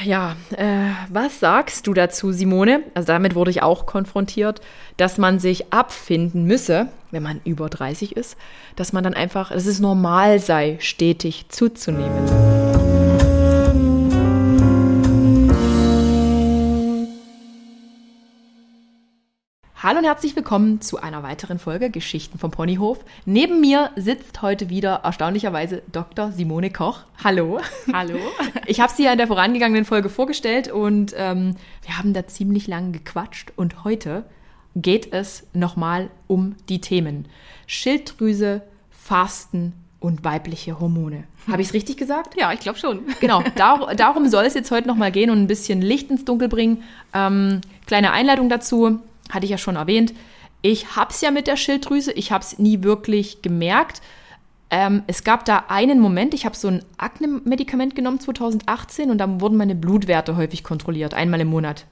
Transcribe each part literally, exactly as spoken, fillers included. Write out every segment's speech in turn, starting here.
ja, äh, was sagst du dazu, Simone? Also damit wurde ich auch konfrontiert, dass man sich abfinden müsse, wenn man über dreißig ist, dass man dann einfach, dass es normal sei, stetig zuzunehmen. Hallo und herzlich willkommen zu einer weiteren Folge Geschichten vom Ponyhof. Neben mir sitzt heute wieder erstaunlicherweise Doktor Simone Koch. Hallo. Hallo. Ich habe sie ja in der vorangegangenen Folge vorgestellt und ähm, wir haben da ziemlich lang gequatscht. Und heute geht es nochmal um die Themen Schilddrüse, Fasten und weibliche Hormone. Habe ich es richtig gesagt? Ja, ich glaube schon. Genau, dar- darum soll es jetzt heute nochmal gehen und ein bisschen Licht ins Dunkel bringen. Ähm, kleine Einleitung dazu. Hatte ich ja schon erwähnt, ich habe es ja mit der Schilddrüse, ich habe es nie wirklich gemerkt. Ähm, es gab da einen Moment, ich habe so ein Akne-Medikament genommen zwanzig achtzehn und dann wurden meine Blutwerte häufig kontrolliert, einmal im Monat.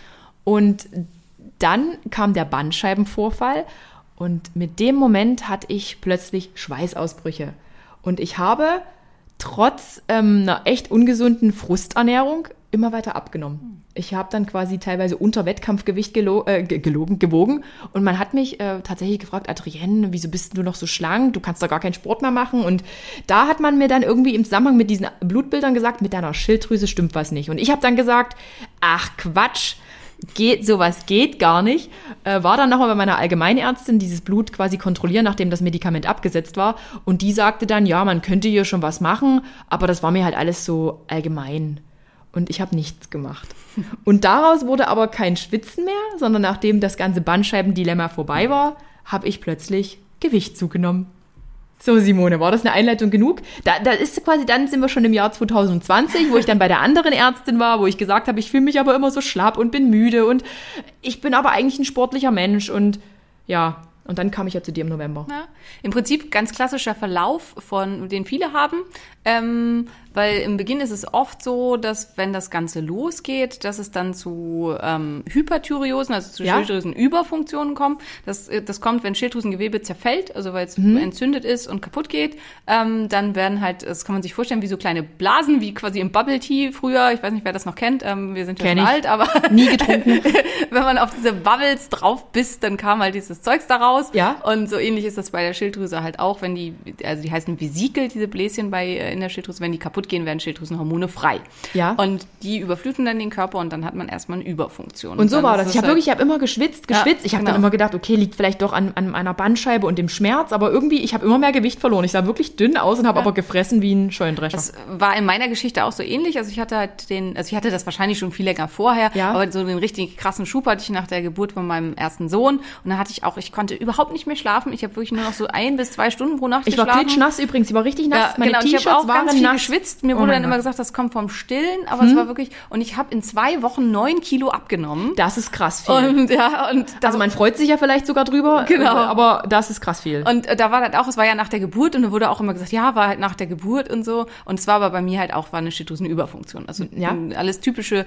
Und dann kam der Bandscheibenvorfall und mit dem Moment hatte ich plötzlich Schweißausbrüche. Und ich habe trotz ähm, einer echt ungesunden Frusternährung immer weiter abgenommen. Ich habe dann quasi teilweise unter Wettkampfgewicht gelo- äh, gelogen, gewogen und man hat mich äh, tatsächlich gefragt, Adrienne, wieso bist du noch so schlank? Du kannst doch gar keinen Sport mehr machen. Und da hat man mir dann irgendwie im Zusammenhang mit diesen Blutbildern gesagt, mit deiner Schilddrüse stimmt was nicht. Und ich habe dann gesagt, ach Quatsch, geht, sowas geht gar nicht. Äh, war dann nochmal bei meiner Allgemeinärztin dieses Blut quasi kontrollieren, nachdem das Medikament abgesetzt war. Und die sagte dann, ja, man könnte hier schon was machen, aber das war mir halt alles so allgemein. Und ich habe nichts gemacht. Und daraus wurde aber kein Schwitzen mehr, sondern nachdem das ganze Bandscheibendilemma vorbei war, habe ich plötzlich Gewicht zugenommen. So, Simone, war das eine Einleitung genug? Da, da ist quasi, dann sind wir schon im Jahr zwanzig zwanzig, wo ich dann bei der anderen Ärztin war, wo ich gesagt habe, ich fühle mich aber immer so schlapp und bin müde und ich bin aber eigentlich ein sportlicher Mensch und ja, und dann kam ich ja zu dir im November. Ja, im Prinzip ganz klassischer Verlauf, von den viele haben, ähm, weil im Beginn ist es oft so, dass wenn das Ganze losgeht, dass es dann zu ähm, Hyperthyreosen, also zu ja. Schilddrüsenüberfunktionen kommt. Das, das kommt, wenn Schilddrüsengewebe zerfällt, also weil es mhm. entzündet ist und kaputt geht. Ähm, dann werden halt, das kann man sich vorstellen, wie so kleine Blasen, wie quasi im Bubble Tea früher. Ich weiß nicht, wer das noch kennt. Ähm, wir sind ja schon alt, aber nie getrunken. Wenn man auf diese Bubbles drauf bisst, dann kam halt dieses Zeugs da raus. Ja. Und so ähnlich ist das bei der Schilddrüse halt auch, wenn die, also die heißen Vesikel, diese Bläschen bei in der Schilddrüse, wenn die kaputt gehen, werden Schilddrüsenhormone frei. Ja. Und die überfluten dann den Körper und dann hat man erstmal eine Überfunktion. Und so war das. Ich habe halt wirklich, ich habe immer geschwitzt, geschwitzt. Ja, ich habe genau. dann immer gedacht, okay, liegt vielleicht doch an, an einer Bandscheibe und dem Schmerz, aber irgendwie, ich habe immer mehr Gewicht verloren. Ich sah wirklich dünn aus und habe ja. aber gefressen wie ein Scheunendrescher. Das war in meiner Geschichte auch so ähnlich. Also ich hatte halt den, also ich hatte das wahrscheinlich schon viel länger vorher, ja. aber so den richtig krassen Schub hatte ich nach der Geburt von meinem ersten Sohn. Und dann hatte ich auch, ich konnte überhaupt nicht mehr schlafen. Ich habe wirklich nur noch so ein bis zwei Stunden pro Nacht ich geschlafen. Ich war klitschnass übrigens, ich war richtig nass. Ja, Meine genau, T-Shirts ich habe auch waren ganz viel nass. geschwitzt. Mir oh wurde dann Gott. immer gesagt, das kommt vom Stillen, aber hm. es war wirklich, und ich habe in zwei Wochen neun Kilo abgenommen. Das ist krass viel. Und ja, und also man freut sich ja vielleicht sogar drüber, genau. aber das ist krass viel. Und da war halt auch, es war ja nach der Geburt und da wurde auch immer gesagt, ja, war halt nach der Geburt und so. Und es war aber bei mir halt auch, war eine Schilddrüsenüberfunktion. Also ja. alles typische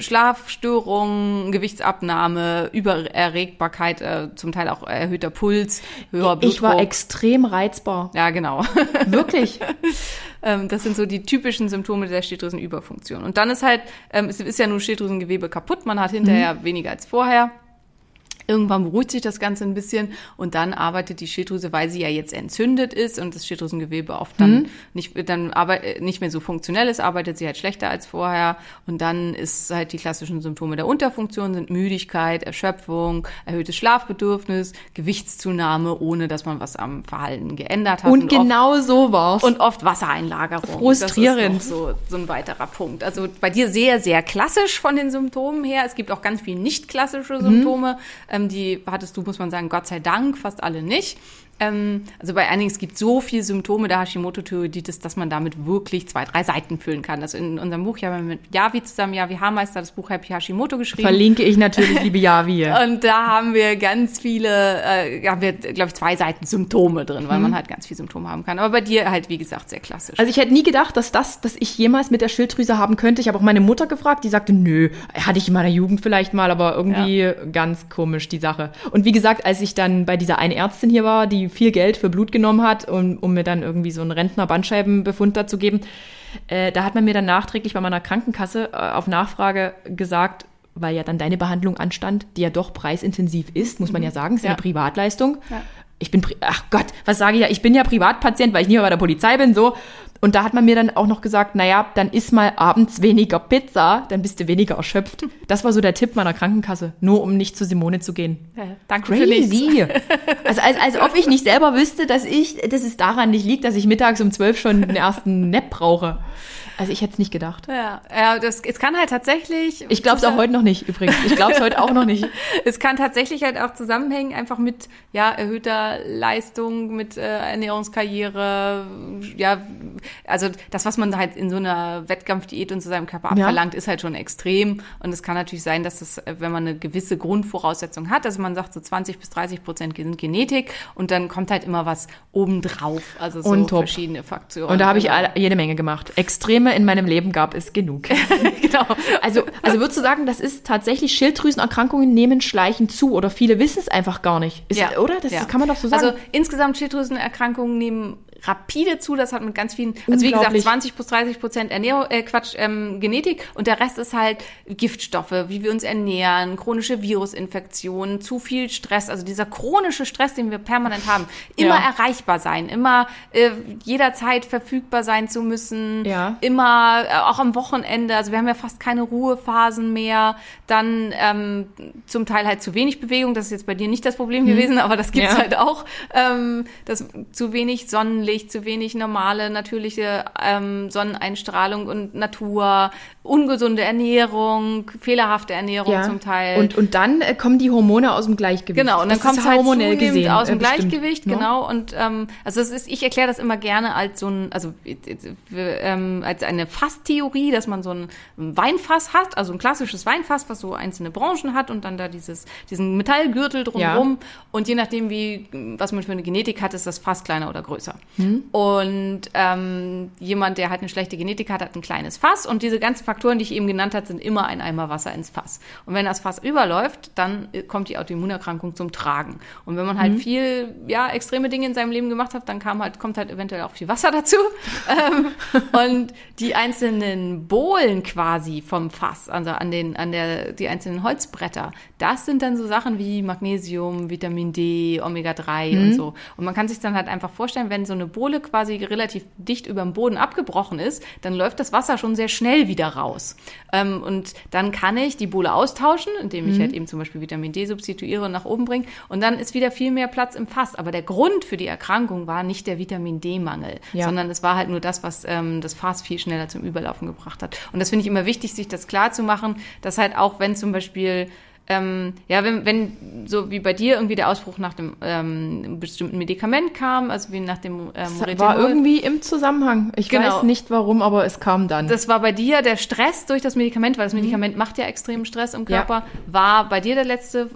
Schlafstörungen, Gewichtsabnahme, Übererregbarkeit, äh, zum Teil auch erhöhter Puls, höherer Blutdruck. Ich war extrem reizbar. Ja, genau. Wirklich? Das sind so die typischen Symptome der Schilddrüsenüberfunktion. Und dann ist halt, es ist ja nur Schilddrüsengewebe kaputt, man hat hinterher mhm. weniger als vorher. Irgendwann beruhigt sich das Ganze ein bisschen und dann arbeitet die Schilddrüse, weil sie ja jetzt entzündet ist und das Schilddrüsengewebe oft dann mhm. nicht, dann arbeit, nicht mehr so funktionell ist, arbeitet sie halt schlechter als vorher und dann ist halt die klassischen Symptome der Unterfunktion sind Müdigkeit, Erschöpfung, erhöhtes Schlafbedürfnis, Gewichtszunahme, ohne dass man was am Verhalten geändert hat. Und, und genau oft, so war's. Und oft Wassereinlagerung. Frustrierend. Das ist noch so, so ein weiterer Punkt. Also bei dir sehr, sehr klassisch von den Symptomen her. Es gibt auch ganz viel nicht klassische Symptome. Mhm. Die hattest du, muss man sagen, Gott sei Dank, fast alle nicht. Ähm, also bei einigen, es gibt so viele Symptome der Hashimoto-Thyreoiditis, dass man damit wirklich zwei, drei Seiten füllen kann. Also in unserem Buch, ja, mit Yavi zusammen, Yavi Haarmeister, das Buch Happy Hashimoto geschrieben. Verlinke ich natürlich, liebe Yavi. Und da haben wir ganz viele, äh, haben wir, glaube ich, zwei Seiten Symptome drin, weil hm. man halt ganz viele Symptome haben kann. Aber bei dir halt, wie gesagt, sehr klassisch. Also ich hätte nie gedacht, dass das, dass ich jemals mit der Schilddrüse haben könnte. Ich habe auch meine Mutter gefragt, die sagte, nö, hatte ich in meiner Jugend vielleicht mal, aber irgendwie ja. ganz komisch die Sache. Und wie gesagt, als ich dann bei dieser einen Ärztin hier war, die viel Geld für Blut genommen hat, um, um mir dann irgendwie so einen Rentner-Bandscheibenbefund dazu geben, Äh, da hat man mir dann nachträglich bei meiner Krankenkasse äh, auf Nachfrage gesagt, weil ja dann deine Behandlung anstand, die ja doch preisintensiv ist, muss man ja sagen, ist ja eine Privatleistung. Ja. Ich bin, ach Gott, was sage ich ja, ich bin ja Privatpatient, weil ich nie mehr bei der Polizei bin, so. Und da hat man mir dann auch noch gesagt, naja, dann iss mal abends weniger Pizza, dann bist du weniger erschöpft. Das war so der Tipp meiner Krankenkasse, nur um nicht zu Simone zu gehen. Ja, danke für nichts. Crazy. Also als, als ob ich nicht selber wüsste, dass ich, dass es daran nicht liegt, dass ich mittags um zwölf schon den ersten Nap brauche. Also ich hätte es nicht gedacht. Ja, ja, das, es kann halt tatsächlich... Ich glaube es auch heute noch nicht, übrigens. Ich glaube es heute auch noch nicht. Es kann tatsächlich halt auch zusammenhängen, einfach mit ja erhöhter Leistung, mit äh, Ernährungskarriere. Ja, also das, was man halt in so einer Wettkampfdiät und zu seinem Körper abverlangt, ja. ist halt schon extrem. Und es kann natürlich sein, dass es, wenn man eine gewisse Grundvoraussetzung hat, dass man sagt, so zwanzig bis dreißig Prozent sind Genetik und dann kommt halt immer was obendrauf. Also so verschiedene Faktoren. Und da habe ich alle, jede Menge gemacht. Extreme in meinem Leben gab es genug. Genau. Also, also würdest du sagen, das ist tatsächlich, Schilddrüsenerkrankungen nehmen schleichend zu oder viele wissen es einfach gar nicht. Ist, ja. Oder? Das ja. kann man doch so sagen. Also insgesamt Schilddrüsenerkrankungen nehmen rapide zu, das hat mit ganz vielen, also wie gesagt, zwanzig bis dreißig Prozent Ernährung, äh, Quatsch, ähm, Genetik und der Rest ist halt Giftstoffe, wie wir uns ernähren, chronische Virusinfektionen, zu viel Stress, also dieser chronische Stress, den wir permanent haben, immer ja. erreichbar sein, immer äh, jederzeit verfügbar sein zu müssen, ja. immer, äh, auch am Wochenende, also wir haben ja fast keine Ruhephasen mehr, dann ähm, zum Teil halt zu wenig Bewegung, das ist jetzt bei dir nicht das Problem hm. gewesen, aber das gibt's ja. halt auch, ähm, das zu wenig Sonnenlicht, zu wenig normale, natürliche ähm, Sonneneinstrahlung und Natur, ungesunde Ernährung, fehlerhafte Ernährung ja. zum Teil. Und, und dann äh, kommen die Hormone aus dem Gleichgewicht. Genau, und dann das kommt es halt hormonell zunehmend gesehen, aus dem äh, bestimmt. Gleichgewicht, ja. genau. Und ähm, also es ist, ich erkläre das immer gerne als so ein, also ähm, als eine Fasstheorie, dass man so ein Weinfass hat, also ein klassisches Weinfass, was so einzelne Branchen hat und dann da dieses diesen Metallgürtel drumherum. Ja. Und je nachdem, wie was man für eine Genetik hat, ist das Fass kleiner oder größer. Hm. Und ähm, jemand, der halt eine schlechte Genetik hat, hat ein kleines Fass. Und diese ganzen Faktoren, die ich eben genannt habe, sind immer ein Eimer Wasser ins Fass. Und wenn das Fass überläuft, dann kommt die Autoimmunerkrankung zum Tragen. Und wenn man halt mhm. viel, ja, extreme Dinge in seinem Leben gemacht hat, dann kam halt, kommt halt eventuell auch viel Wasser dazu. ähm, und die einzelnen Bohlen quasi vom Fass, also an den, an der, die einzelnen Holzbretter, das sind dann so Sachen wie Magnesium, Vitamin D, Omega drei mhm. und so. Und man kann sich dann halt einfach vorstellen, wenn so eine Bohle quasi relativ dicht über dem Boden abgebrochen ist, dann läuft das Wasser schon sehr schnell wieder raus. Ähm, und dann kann ich die Bohle austauschen, indem ich mhm. halt eben zum Beispiel Vitamin D substituiere und nach oben bringe. Und dann ist wieder viel mehr Platz im Fass. Aber der Grund für die Erkrankung war nicht der Vitamin D-Mangel, ja. sondern es war halt nur das, was ähm, das Fass viel schneller zum Überlaufen gebracht hat. Und das finde ich immer wichtig, sich das klar zu machen, dass halt auch, wenn zum Beispiel Ähm, ja, wenn, wenn so wie bei dir irgendwie der Ausbruch nach dem ähm, bestimmten Medikament kam, also wie nach dem ähm, Retinol. Das war irgendwie im Zusammenhang. Ich genau. weiß nicht warum, aber es kam dann. Das war bei dir der Stress durch das Medikament, weil das Medikament mhm. macht ja extremen Stress im Körper. Ja. War bei dir der letzte,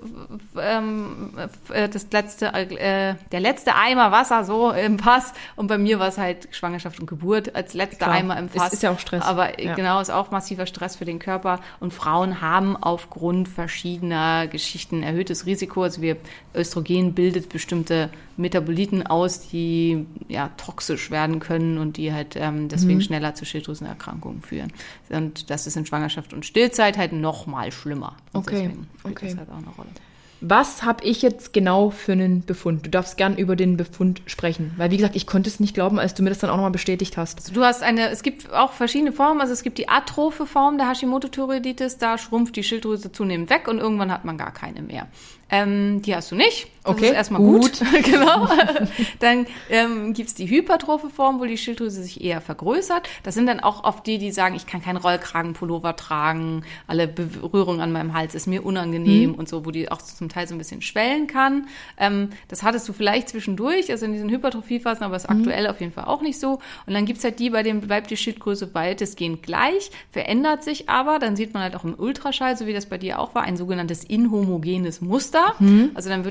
ähm, das letzte, äh, der letzte Eimer Wasser so im Fass und bei mir war es halt Schwangerschaft und Geburt als letzter Klar. Eimer im Fass. Es ist ja auch Stress. Aber ja. genau, ist auch massiver Stress für den Körper und Frauen haben aufgrund verschiedener Geschichten erhöhtes Risiko. Also wir, Östrogen bildet bestimmte Metaboliten aus, die ja toxisch werden können und die halt ähm, deswegen mhm. schneller zu Schilddrüsenerkrankungen führen. Und das ist in Schwangerschaft und Stillzeit halt noch mal schlimmer. Und okay. deswegen spielt okay. das halt auch eine Rolle. Was habe ich jetzt genau für einen Befund? Du darfst gern über den Befund sprechen. Weil, wie gesagt, ich konnte es nicht glauben, als du mir das dann auch nochmal bestätigt hast. Also du hast eine, es gibt auch verschiedene Formen. Also es gibt die atrophe Form der Hashimoto-Thyreoiditis. Da schrumpft die Schilddrüse zunehmend weg und irgendwann hat man gar keine mehr. Ähm, die hast du nicht. Das okay, ist erstmal gut. gut. Genau. Dann ähm, gibt's die hypertrophe Form, wo die Schilddrüse sich eher vergrößert. Das sind dann auch oft die, die sagen, ich kann keinen Rollkragenpullover tragen, alle Berührung an meinem Hals ist mir unangenehm mhm. und so, wo die auch zum Teil so ein bisschen schwellen kann. Ähm, das hattest du vielleicht zwischendurch, also in diesen Hypertrophiephasen, aber ist mhm. aktuell auf jeden Fall auch nicht so. Und dann gibt's halt die, bei denen bleibt die Schildgröße weitestgehend gleich, verändert sich aber, dann sieht man halt auch im Ultraschall, so wie das bei dir auch war, ein sogenanntes inhomogenes Muster. Mhm. Also dann wird die halt so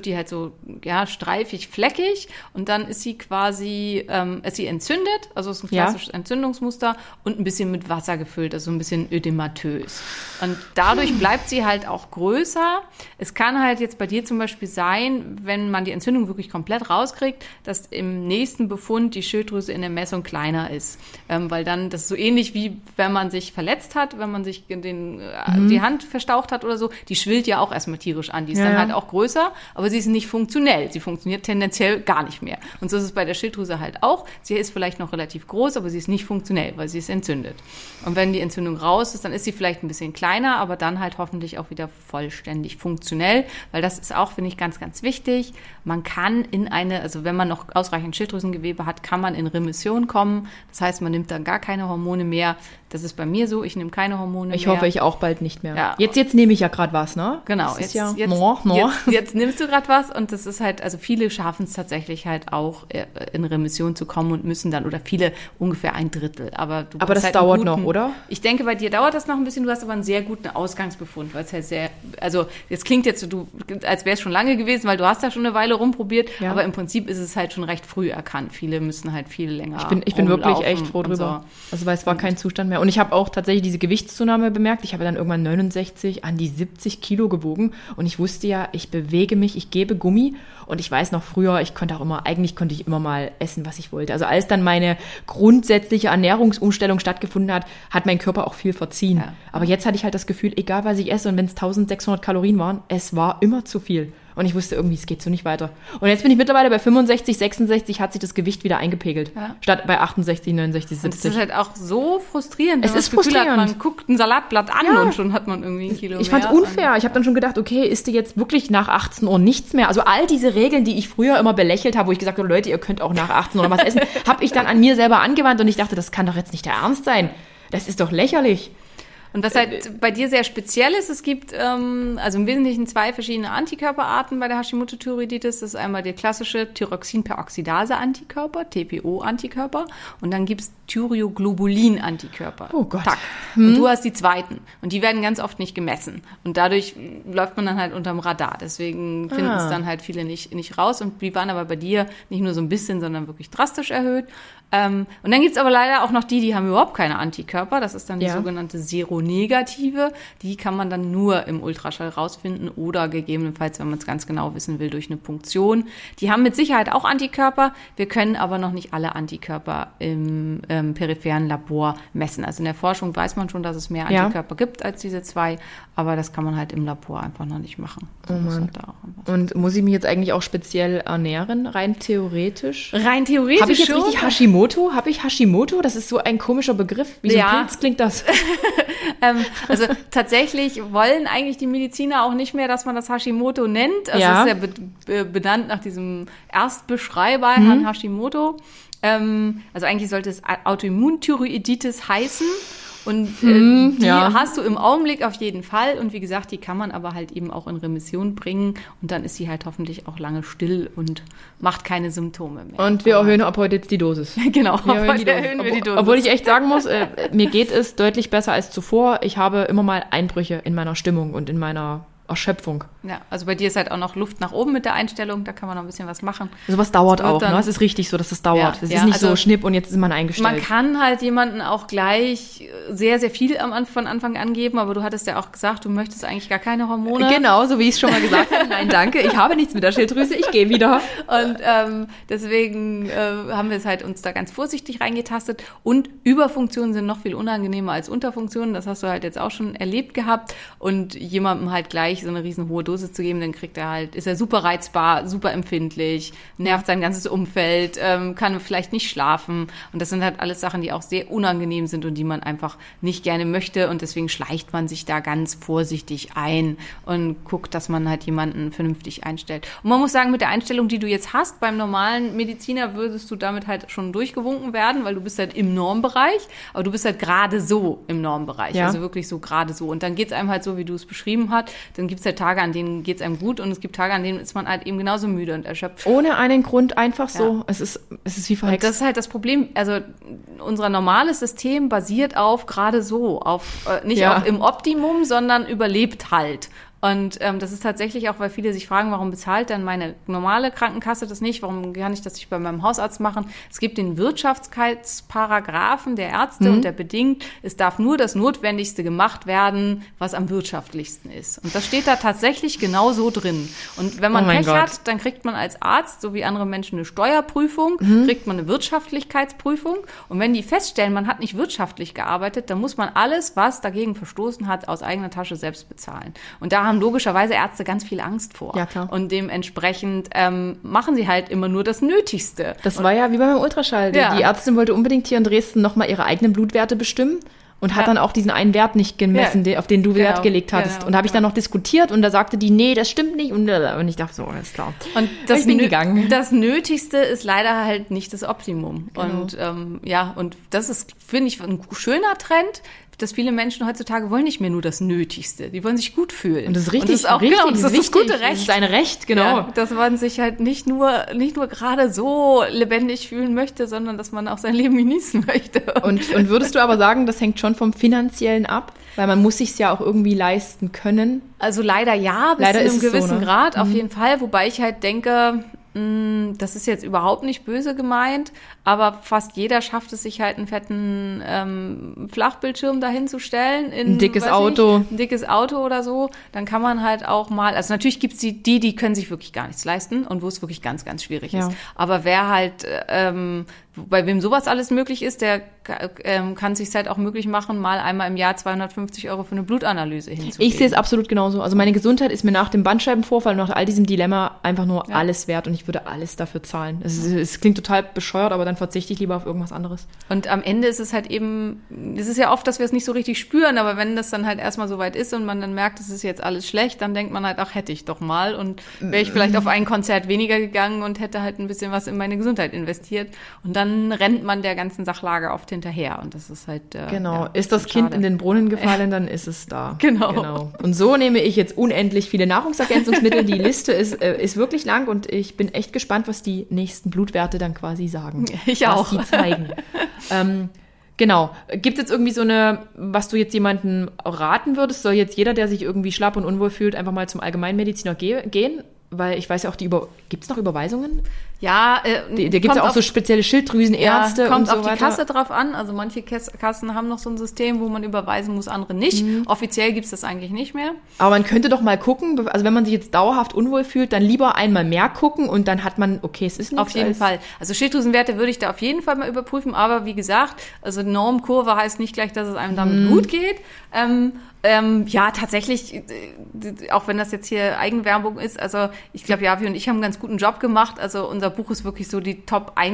so ja streifig, fleckig und dann ist sie quasi, ähm, ist sie entzündet, also ist ein klassisches ja. Entzündungsmuster und ein bisschen mit Wasser gefüllt, also ein bisschen ödematös. Und dadurch bleibt sie halt auch größer. Es kann halt jetzt bei dir zum Beispiel sein, wenn man die Entzündung wirklich komplett rauskriegt, dass im nächsten Befund die Schilddrüse in der Messung kleiner ist, ähm, weil dann das ist so ähnlich wie wenn man sich verletzt hat, wenn man sich den, äh, mhm. die Hand verstaucht hat oder so, die schwillt ja auch erstmal tierisch an. Die ist ja, dann ja. halt auch größer, aber sie ist nicht funktionell. Sie funktioniert tendenziell gar nicht mehr. Und so ist es bei der Schilddrüse halt auch. Sie ist vielleicht noch relativ groß, aber sie ist nicht funktionell, weil sie ist entzündet. Und wenn die Entzündung raus ist, dann ist sie vielleicht ein bisschen kleiner, aber dann halt hoffentlich auch wieder vollständig funktionell, weil das ist auch, finde ich, ganz, ganz wichtig. Man kann in eine, also wenn man noch ausreichend Schilddrüsengewebe hat, kann man in Remission kommen. Das heißt, man nimmt dann gar keine Hormone mehr. Das ist bei mir so, ich nehme keine Hormone ich mehr. Ich hoffe, ich auch bald nicht mehr. Ja. Jetzt, jetzt nehme ich ja gerade was, ne? Genau. Jetzt, ja jetzt, no, no. Jetzt, jetzt nimmst du gerade was und das ist halt, also viele schaffen es tatsächlich halt auch in Remission zu kommen und müssen dann, oder viele ungefähr ein Drittel. Aber, du aber das halt dauert guten, noch, oder? Ich denke, bei dir dauert das noch ein bisschen, du hast aber einen sehr guten Ausgangsbefund, weil es halt sehr, also es klingt jetzt so, du, als wäre es schon lange gewesen, weil du hast da schon eine Weile rumprobiert, ja. aber im Prinzip ist es halt schon recht früh erkannt. Viele müssen halt viel länger Ich bin, ich bin wirklich echt froh drüber. So. Also weil es war kein Zustand mehr. Und ich habe auch tatsächlich diese Gewichtszunahme bemerkt. Ich habe dann irgendwann neunundsechzig an die siebzig Kilo gewogen und ich wusste ja, ich bewege mich, ich gebe Gummi und ich weiß noch früher, ich konnte auch immer, eigentlich konnte ich immer mal essen, was ich wollte. Also als dann meine grundsätzliche Ernährungsumstellung stattgefunden hat, hat mein Körper auch viel verziehen. Ja. Aber jetzt hatte ich halt das Gefühl, egal was ich esse und wenn es eintausendsechshundert Kalorien waren, es war immer zu viel. Und ich wusste irgendwie, es geht so nicht weiter. Und jetzt bin ich mittlerweile bei fünfundsechzig, sechsundsechzig, hat sich das Gewicht wieder eingepegelt. Ja. Statt bei achtundsechzig, neunundsechzig, siebzig. Und das ist halt auch so frustrierend. Es ist frustrierend. Hat, man guckt ein Salatblatt an ja. und schon hat man irgendwie ein Kilo Ich fand's mehr. unfair. Ich habe dann schon gedacht, okay, isst du jetzt wirklich nach achtzehn Uhr nichts mehr? Also all diese Regeln, die ich früher immer belächelt habe, wo ich gesagt habe, Leute, ihr könnt auch nach achtzehn Uhr was essen, habe ich dann an mir selber angewandt und ich dachte, das kann doch jetzt nicht der Ernst sein. Das ist doch lächerlich. Und was halt bei dir sehr speziell ist, es gibt ähm, also im Wesentlichen zwei verschiedene Antikörperarten bei der Hashimoto-Thyreoiditis. Das ist einmal der klassische Thyroxinperoxidase-Antikörper, T P O-Antikörper, und dann gibt's Thyroglobulin-Antikörper. Oh Gott. Tac. Hm. Und du hast die zweiten. Und die werden ganz oft nicht gemessen. Und dadurch läuft man dann halt unterm Radar. Deswegen finden ah. es dann halt viele nicht, nicht raus. Und die waren aber bei dir nicht nur so ein bisschen, sondern wirklich drastisch erhöht. Ähm, und dann gibt's aber leider auch noch die, die haben überhaupt keine Antikörper. Das ist dann die ja. sogenannte Seronegative. Die kann man dann nur im Ultraschall rausfinden oder gegebenenfalls, wenn man es ganz genau wissen will, durch eine Punktion. Die haben mit Sicherheit auch Antikörper. Wir können aber noch nicht alle Antikörper im ähm, peripheren Labor messen. Also in der Forschung weiß man schon, dass es mehr Antikörper ja. gibt als diese zwei, aber das kann man halt im Labor einfach noch nicht machen. Oh Mann. Und muss ich mich jetzt eigentlich auch speziell ernähren, rein theoretisch? Rein theoretisch Habe ich jetzt schon? richtig Hashimoto? Habe ich Hashimoto? Das ist so ein komischer Begriff. Wie so ein ja. Pilz klingt das. ähm, also tatsächlich wollen eigentlich die Mediziner auch nicht mehr, dass man das Hashimoto nennt. Also ja. es ist ja be- benannt nach diesem Erstbeschreiber, mhm. Herrn Hashimoto. Ähm, also eigentlich sollte es Autoimmunthyreoiditis heißen. Und äh, hm, die ja. hast du im Augenblick auf jeden Fall. Und wie gesagt, die kann man aber halt eben auch in Remission bringen. Und dann ist sie halt hoffentlich auch lange still und macht keine Symptome mehr. Und wir erhöhen ab heute jetzt die Dosis. Genau, wir erhöhen, die Dosis. erhöhen wir die Dosis. Obwohl ich echt sagen muss, äh, mir geht es deutlich besser als zuvor. Ich habe immer mal Einbrüche in meiner Stimmung und in meiner Erschöpfung. Ja, also bei dir ist halt auch noch Luft nach oben mit der Einstellung, da kann man noch ein bisschen was machen. Sowas dauert auch, ne? Es ist richtig so, dass das dauert. Es ja, ist ja, nicht also so schnipp und jetzt ist man eingestellt. Man kann halt jemanden auch gleich sehr, sehr viel am, von Anfang an geben, aber du hattest ja auch gesagt, du möchtest eigentlich gar keine Hormone. Genau, so wie ich es schon mal gesagt habe. Nein, danke, ich habe nichts mit der Schilddrüse, ich gehe wieder. Und ähm, deswegen äh, haben wir es halt uns da ganz vorsichtig reingetastet. Und Überfunktionen sind noch viel unangenehmer als Unterfunktionen. Das hast du halt jetzt auch schon erlebt gehabt. Und jemandem halt gleich so eine riesen hohe Dosis zu geben, dann kriegt er halt, ist er super reizbar, super empfindlich, nervt sein ganzes Umfeld, ähm, kann vielleicht nicht schlafen. Und das sind halt alles Sachen, die auch sehr unangenehm sind und die man einfach nicht gerne möchte. Und deswegen schleicht man sich da ganz vorsichtig ein und guckt, dass man halt jemanden vernünftig einstellt. Und man muss sagen, mit der Einstellung, die du jetzt hast, beim normalen Mediziner würdest du damit halt schon durchgewunken werden, weil du bist halt im Normbereich, aber du bist halt gerade so im Normbereich. Ja. Also wirklich so gerade so. Und dann geht's einem halt so, wie du es beschrieben hast. Dann gibt's halt Tage, an denen geht's einem gut und es gibt Tage, an denen ist man halt eben genauso müde und erschöpft. Ohne einen Grund, einfach so. Ja. Es ist, es ist wie verhext. Und das ist halt das Problem. Also unser normales System basiert auf gerade so, auf äh, nicht ja. auf im Optimum, sondern überlebt halt. Und ähm, das ist tatsächlich auch, weil viele sich fragen, warum bezahlt dann meine normale Krankenkasse das nicht? Warum kann ich das nicht bei meinem Hausarzt machen? Es gibt den Wirtschaftlichkeitsparagraphen der Ärzte mhm. und der bedingt, es darf nur das Notwendigste gemacht werden, was am wirtschaftlichsten ist. Und das steht da tatsächlich genau so drin. Und wenn man oh Pech Gott. hat, dann kriegt man als Arzt, so wie andere Menschen, eine Steuerprüfung, mhm. kriegt man eine Wirtschaftlichkeitsprüfung. Und wenn die feststellen, man hat nicht wirtschaftlich gearbeitet, dann muss man alles, was dagegen verstoßen hat, aus eigener Tasche selbst bezahlen. Und da haben logischerweise Ärzte ganz viel Angst vor. Ja, klar. Und dementsprechend ähm, machen sie halt immer nur das Nötigste. Das und, war ja wie beim Ultraschall. Ja. Die Ärztin wollte unbedingt hier in Dresden nochmal ihre eigenen Blutwerte bestimmen. Und hat ja. dann auch diesen einen Wert nicht gemessen, ja. auf den du Wert genau. gelegt hattest. Genau. Und da habe ich dann noch diskutiert und da sagte die, nee, das stimmt nicht. Und, und ich dachte so, alles klar. Und das, ich bin nö- gegangen. das Nötigste ist leider halt nicht das Optimum. Genau. Und ähm, ja, und das ist, finde ich, ein schöner Trend, dass viele Menschen heutzutage wollen nicht mehr nur das Nötigste. Die wollen sich gut fühlen. Und das ist richtig, und das ist auch, richtig, genau, das ist wichtig. das gute Recht. Das ist ein Recht, genau. Ja, dass man sich halt nicht nur, nicht nur gerade so lebendig fühlen möchte, sondern dass man auch sein Leben genießen möchte. Und, und würdest du aber sagen, das hängt schon vom Finanziellen ab? Weil man muss sich's ja auch irgendwie leisten können. Also leider ja, bis leider zu einem gewissen so, ne? Grad, auf mhm. jeden Fall. Wobei ich halt denke, das ist jetzt überhaupt nicht böse gemeint, aber fast jeder schafft es sich halt einen fetten ähm, Flachbildschirm dahin zu stellen. In, ein dickes weiß Auto. Nicht, ein dickes Auto oder so. Dann kann man halt auch mal, also natürlich gibt's die, die, die können sich wirklich gar nichts leisten und wo es wirklich ganz, ganz schwierig ja. ist. Aber wer halt, ähm, bei wem sowas alles möglich ist, der ähm, kann sich halt auch möglich machen, mal einmal im Jahr zweihundertfünfzig Euro für eine Blutanalyse hinzugeben. Ich sehe es absolut genauso. Also meine Gesundheit ist mir nach dem Bandscheibenvorfall, nach all diesem Dilemma einfach nur ja. alles wert und ich würde alles dafür zahlen. Es, es klingt total bescheuert, aber dann verzichte ich lieber auf irgendwas anderes. Und am Ende ist es halt eben, es ist ja oft, dass wir es nicht so richtig spüren, aber wenn das dann halt erstmal so weit ist und man dann merkt, es ist jetzt alles schlecht, dann denkt man halt, ach, hätte ich doch mal und wäre ich vielleicht auf ein Konzert weniger gegangen und hätte halt ein bisschen was in meine Gesundheit investiert und dann rennt man der ganzen Sachlage oft hinterher und das ist halt äh, genau, ja, ist das Kind schade. in den Brunnen gefallen, dann ist es da. Genau. genau. Und so nehme ich jetzt unendlich viele Nahrungsergänzungsmittel. Die Liste ist, äh, ist wirklich lang und ich bin echt gespannt, was die nächsten Blutwerte dann quasi sagen. Ich was auch. die zeigen. ähm, Genau. Gibt es jetzt irgendwie so eine, was du jetzt jemandem raten würdest? Soll jetzt jeder, der sich irgendwie schlapp und unwohl fühlt, einfach mal zum Allgemeinmediziner ge- gehen? Weil ich weiß ja auch, die über gibt es noch Überweisungen? Ja, äh, die, da gibt es ja auch auf, so spezielle Schilddrüsenärzte ja, kommt und so auf die weiter. Kasse drauf an. Also manche Kassen haben noch so ein System, wo man überweisen muss, andere nicht. Mhm. Offiziell gibt's das eigentlich nicht mehr. Aber man könnte doch mal gucken, also wenn man sich jetzt dauerhaft unwohl fühlt, dann lieber einmal mehr gucken und dann hat man, okay, es ist nichts. Auf jeden Fall. Also Schilddrüsenwerte würde ich da auf jeden Fall mal überprüfen. Aber wie gesagt, also Normkurve heißt nicht gleich, dass es einem damit mhm. gut geht. Ähm, Ähm, ja, tatsächlich, auch wenn das jetzt hier Eigenwerbung ist, also ich glaube, Javi und ich haben einen ganz guten Job gemacht. Also unser Buch ist wirklich so die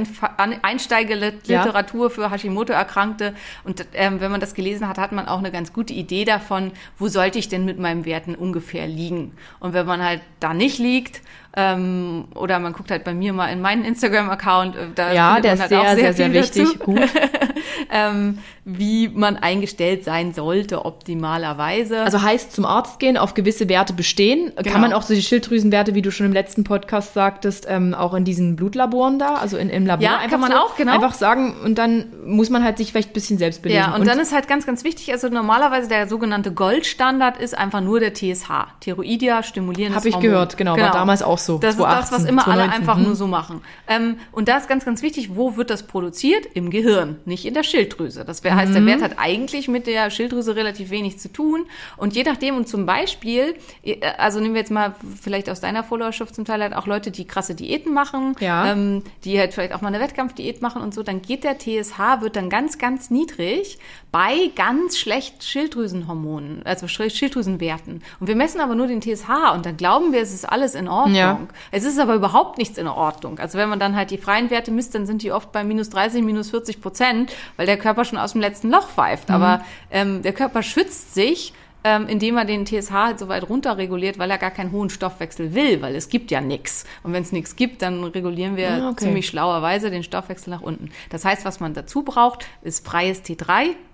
Top-Einsteigerliteratur ja. für Hashimoto-Erkrankte. Und ähm, wenn man das gelesen hat, hat man auch eine ganz gute Idee davon, wo sollte ich denn mit meinen Werten ungefähr liegen. Und wenn man halt da nicht liegt, ähm, oder man guckt halt bei mir mal in meinen Instagram-Account, da ja, der man halt ist sehr, auch sehr, sehr, sehr viel wichtig, gut. ähm, wie man eingestellt sein sollte, optimalerweise. Also heißt zum Arzt gehen, auf gewisse Werte bestehen. Genau. Kann man auch so die Schilddrüsenwerte, wie du schon im letzten Podcast sagtest, ähm, auch in diesen Blutlaboren da, also in, im Labor ja, einfach kann man so, auch, genau. einfach sagen und dann muss man halt sich vielleicht ein bisschen selbst belesen. Ja, und, und dann ist halt ganz, ganz wichtig, also normalerweise der sogenannte Goldstandard ist einfach nur der T S H, Thyroidia stimulierendes Habe ich Hormon. gehört, genau, genau, war damals auch so. Das zweitausendachtzehn, ist das, was immer alle zweitausendneunzehn. einfach hm. nur so machen. Ähm, und da ist ganz, ganz wichtig, wo wird das produziert? Im Gehirn, nicht in der Schilddrüse. Das wär, heißt, der Wert hat eigentlich mit der Schilddrüse relativ wenig zu tun. Und je nachdem, und zum Beispiel, also nehmen wir jetzt mal vielleicht aus deiner Followerschaft zum Teil halt auch Leute, die krasse Diäten machen, ja. ähm, die halt vielleicht auch mal eine Wettkampfdiät machen und so, dann geht der T S H, wird dann ganz, ganz niedrig bei ganz schlechten Schilddrüsenhormonen, also Schilddrüsenwerten. Und wir messen aber nur den T S H und dann glauben wir, es ist alles in Ordnung. Ja. Es ist aber überhaupt nichts in Ordnung. Also wenn man dann halt die freien Werte misst, dann sind die oft bei minus dreißig, minus vierzig Prozent, weil der Körper schon aus dem letzten Loch pfeift. Mhm. Aber ähm, der Körper schützt sich, ähm, indem er den T S H halt so weit runter reguliert, weil er gar keinen hohen Stoffwechsel will, weil es gibt ja nichts. Und wenn es nichts gibt, dann regulieren wir ja, okay. ziemlich schlauerweise den Stoffwechsel nach unten. Das heißt, was man dazu braucht, ist freies T drei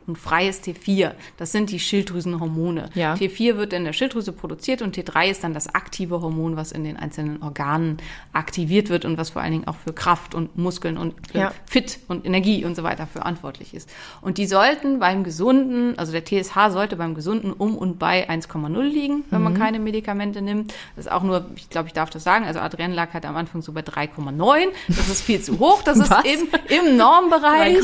und freies T vier. Das sind die Schilddrüsenhormone. Ja. T vier wird in der Schilddrüse produziert und T drei ist dann das aktive Hormon, was in den einzelnen Organen aktiviert wird und was vor allen Dingen auch für Kraft und Muskeln und Ja. Fit und Energie und so weiter verantwortlich ist. Und die sollten beim Gesunden, also der T S H sollte beim Gesunden um und bei eins Komma null liegen, wenn man keine Medikamente nimmt. Das ist auch nur, ich glaube, ich darf das sagen, also Adrienne lag halt am Anfang so bei drei Komma neun. Das ist viel zu hoch. Das ist Was? im, im Normbereich,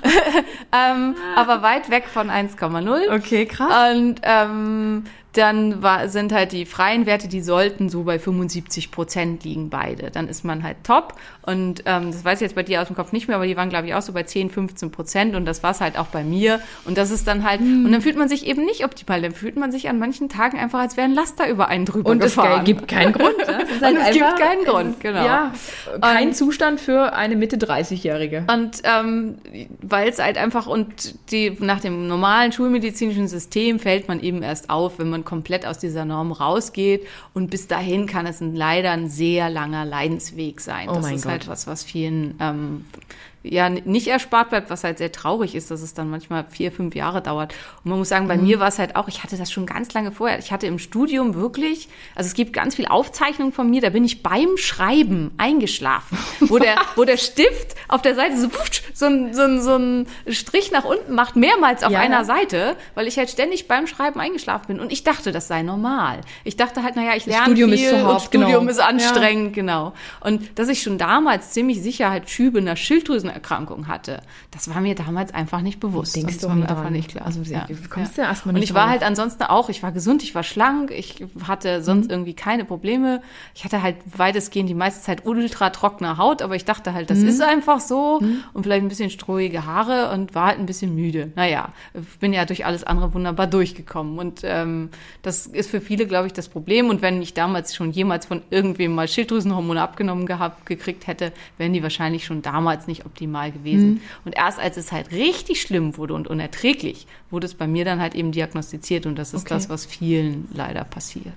ähm, aber weit weg von eins Komma null. Okay, krass. Und ähm, dann war, sind halt die freien Werte, die sollten so bei fünfundsiebzig Prozent liegen beide. Dann ist man halt top. Und ähm, das weiß ich jetzt bei dir aus dem Kopf nicht mehr, aber die waren, glaube ich, auch so bei zehn, fünfzehn Prozent. Und das war es halt auch bei mir. Und das ist dann halt, hm. und dann fühlt man sich eben nicht optimal. Dann fühlt man sich an manchen Tagen einfach, als wäre ein Laster über einen drüber und gefahren. Und es gibt keinen Grund. Ne? Es, ist halt und es einfach, gibt keinen Grund, ist, genau. Ja, kein und, Zustand für eine Mitte dreißig-Jährige. Und ähm, weil es halt einfach, und die nach dem normalen schulmedizinischen System fällt man eben erst auf, wenn man komplett aus dieser Norm rausgeht. Und bis dahin kann es ein, leider ein sehr langer Leidensweg sein. Oh das mein ist Gott. halt was, was vielen ähm, ja nicht erspart bleibt, was halt sehr traurig ist, dass es dann manchmal vier, fünf Jahre dauert. Und man muss sagen, bei mhm. mir war es halt auch, ich hatte das schon ganz lange vorher. Ich hatte im Studium wirklich, also es gibt ganz viel Aufzeichnungen von mir, da bin ich beim Schreiben eingeschlafen, wo der, wo der Stift auf der Seite so, so, ein, so, ein, so ein Strich nach unten macht, mehrmals auf ja. einer Seite, weil ich halt ständig beim Schreiben eingeschlafen bin. Und ich dachte, das sei normal. Ich dachte halt, naja, ich lerne Studium viel ist zu hart, und Studium genau. ist anstrengend, ja. genau. Und dass ich schon damals ziemlich sicher halt Schübe einer Schilddrüsenerkrankung hatte. Das war mir damals einfach nicht bewusst. Denkst das du war mir dran? einfach nicht klar. Also ja. du kommst ja, ja erstmal nicht Und nicht ich war drauf. halt ansonsten auch, ich war gesund, ich war schlank, ich hatte sonst mhm. irgendwie keine Probleme. Ich hatte halt weitestgehend die meiste Zeit ultra trockene Haut, aber ich dachte halt, das mhm. ist einfach so mhm. und vielleicht ein bisschen strohige Haare und war halt ein bisschen müde. Naja, ich bin ja durch alles andere wunderbar durchgekommen und ähm, das ist für viele, glaube ich, das Problem. Und wenn ich damals schon jemals von irgendwem mal Schilddrüsenhormone abgenommen gehabt, gekriegt hätte, wären die wahrscheinlich schon damals nicht optimal gewesen. Mhm. Und erst als es halt richtig schlimm wurde und unerträglich, wurde es bei mir dann halt eben diagnostiziert. Und das ist okay. das, was vielen leider passiert.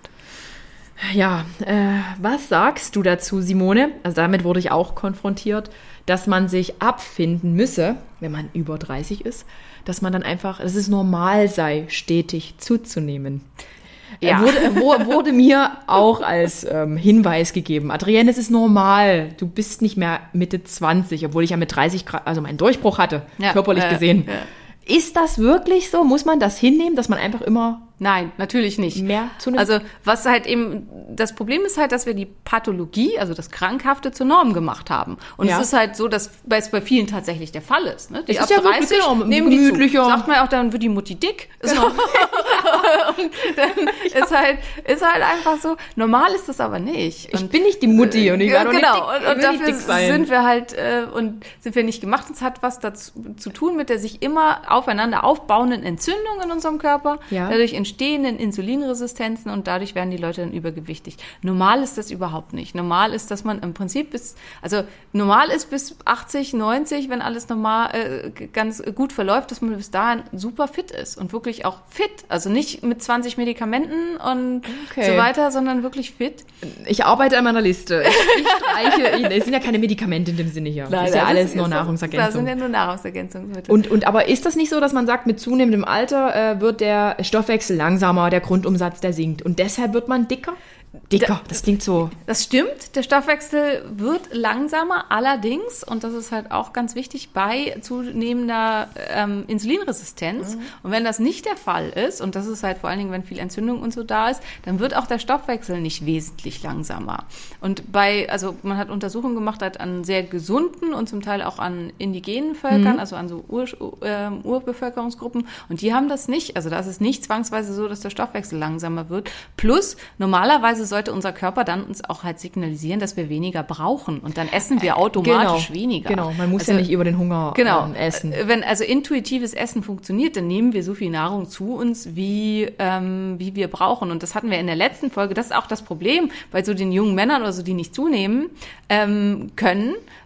Ja, äh, was sagst du dazu, Simone? Also damit wurde ich auch konfrontiert, dass man sich abfinden müsse, wenn man über dreißig ist, dass man dann einfach, dass es normal sei, stetig zuzunehmen. Ja. Er wurde, wurde mir auch als ähm, Hinweis gegeben. Adrienne, es ist normal. Du bist nicht mehr Mitte zwanzig, obwohl ich ja mit dreißig Grad, also meinen Durchbruch hatte, ja, körperlich äh, gesehen. Ja. Ist das wirklich so? Muss man das hinnehmen, dass man einfach immer Nein, natürlich nicht. Mehr zunimmt? Also was halt eben, das Problem ist halt, dass wir die Pathologie, also das Krankhafte zur Norm gemacht haben. Und ja. es ist halt so, dass es bei vielen tatsächlich der Fall ist. Ne? Die es ab ist ja dreißig genau, nehmen die zu. Sagt man auch, dann wird die Mutti dick. Ist genau. Und dann ist halt, ist halt einfach so. Normal ist das aber nicht. Und ich bin nicht die Mutti und ich werde genau. nicht dick, und, und dafür sind wir halt äh, und sind wir nicht gemacht. Es hat was dazu zu tun mit der sich immer aufeinander aufbauenden Entzündung in unserem Körper. Ja. Dadurch entstehenden Insulinresistenzen und dadurch werden die Leute dann übergewichtig. Normal ist das überhaupt nicht. Normal ist, dass man im Prinzip bis, also normal ist bis achtzig, neunzig, wenn alles normal äh, ganz gut verläuft, dass man bis dahin super fit ist und wirklich auch fit. Also nicht mit zwanzig Medikamenten und okay. so weiter, sondern wirklich fit. Ich arbeite an meiner Liste. Ich, ich streiche, es sind ja keine Medikamente in dem Sinne hier. Nein, das ist ja alles ist, nur ist Nahrungsergänzung. Das sind ja nur Nahrungsergänzungsmittel. Und, und aber ist das nicht so, dass man sagt, mit zunehmendem Alter äh, wird der Stoffwechsel langsamer, der Grundumsatz, der sinkt und deshalb wird man dicker? Dicker, das klingt so. Das stimmt, der Stoffwechsel wird langsamer, allerdings, und das ist halt auch ganz wichtig, bei zunehmender ähm, Insulinresistenz. Mhm. Und wenn das nicht der Fall ist, und das ist halt vor allen Dingen, wenn viel Entzündung und so da ist, dann wird auch der Stoffwechsel nicht wesentlich langsamer. Und bei, also man hat Untersuchungen gemacht halt an sehr gesunden und zum Teil auch an indigenen Völkern, mhm. also an so Ur, äh, Urbevölkerungsgruppen, und die haben das nicht. Also da ist es nicht zwangsweise so, dass der Stoffwechsel langsamer wird. Plus, normalerweise sollte unser Körper dann uns auch halt signalisieren, dass wir weniger brauchen. Und dann essen wir automatisch genau, weniger. Genau, man muss also, ja nicht über den Hunger genau, ähm, essen. Wenn also intuitives Essen funktioniert, dann nehmen wir so viel Nahrung zu uns, wie, ähm, wie wir brauchen. Und das hatten wir in der letzten Folge. Das ist auch das Problem bei so den jungen Männern oder so, die nicht zunehmen ähm, können,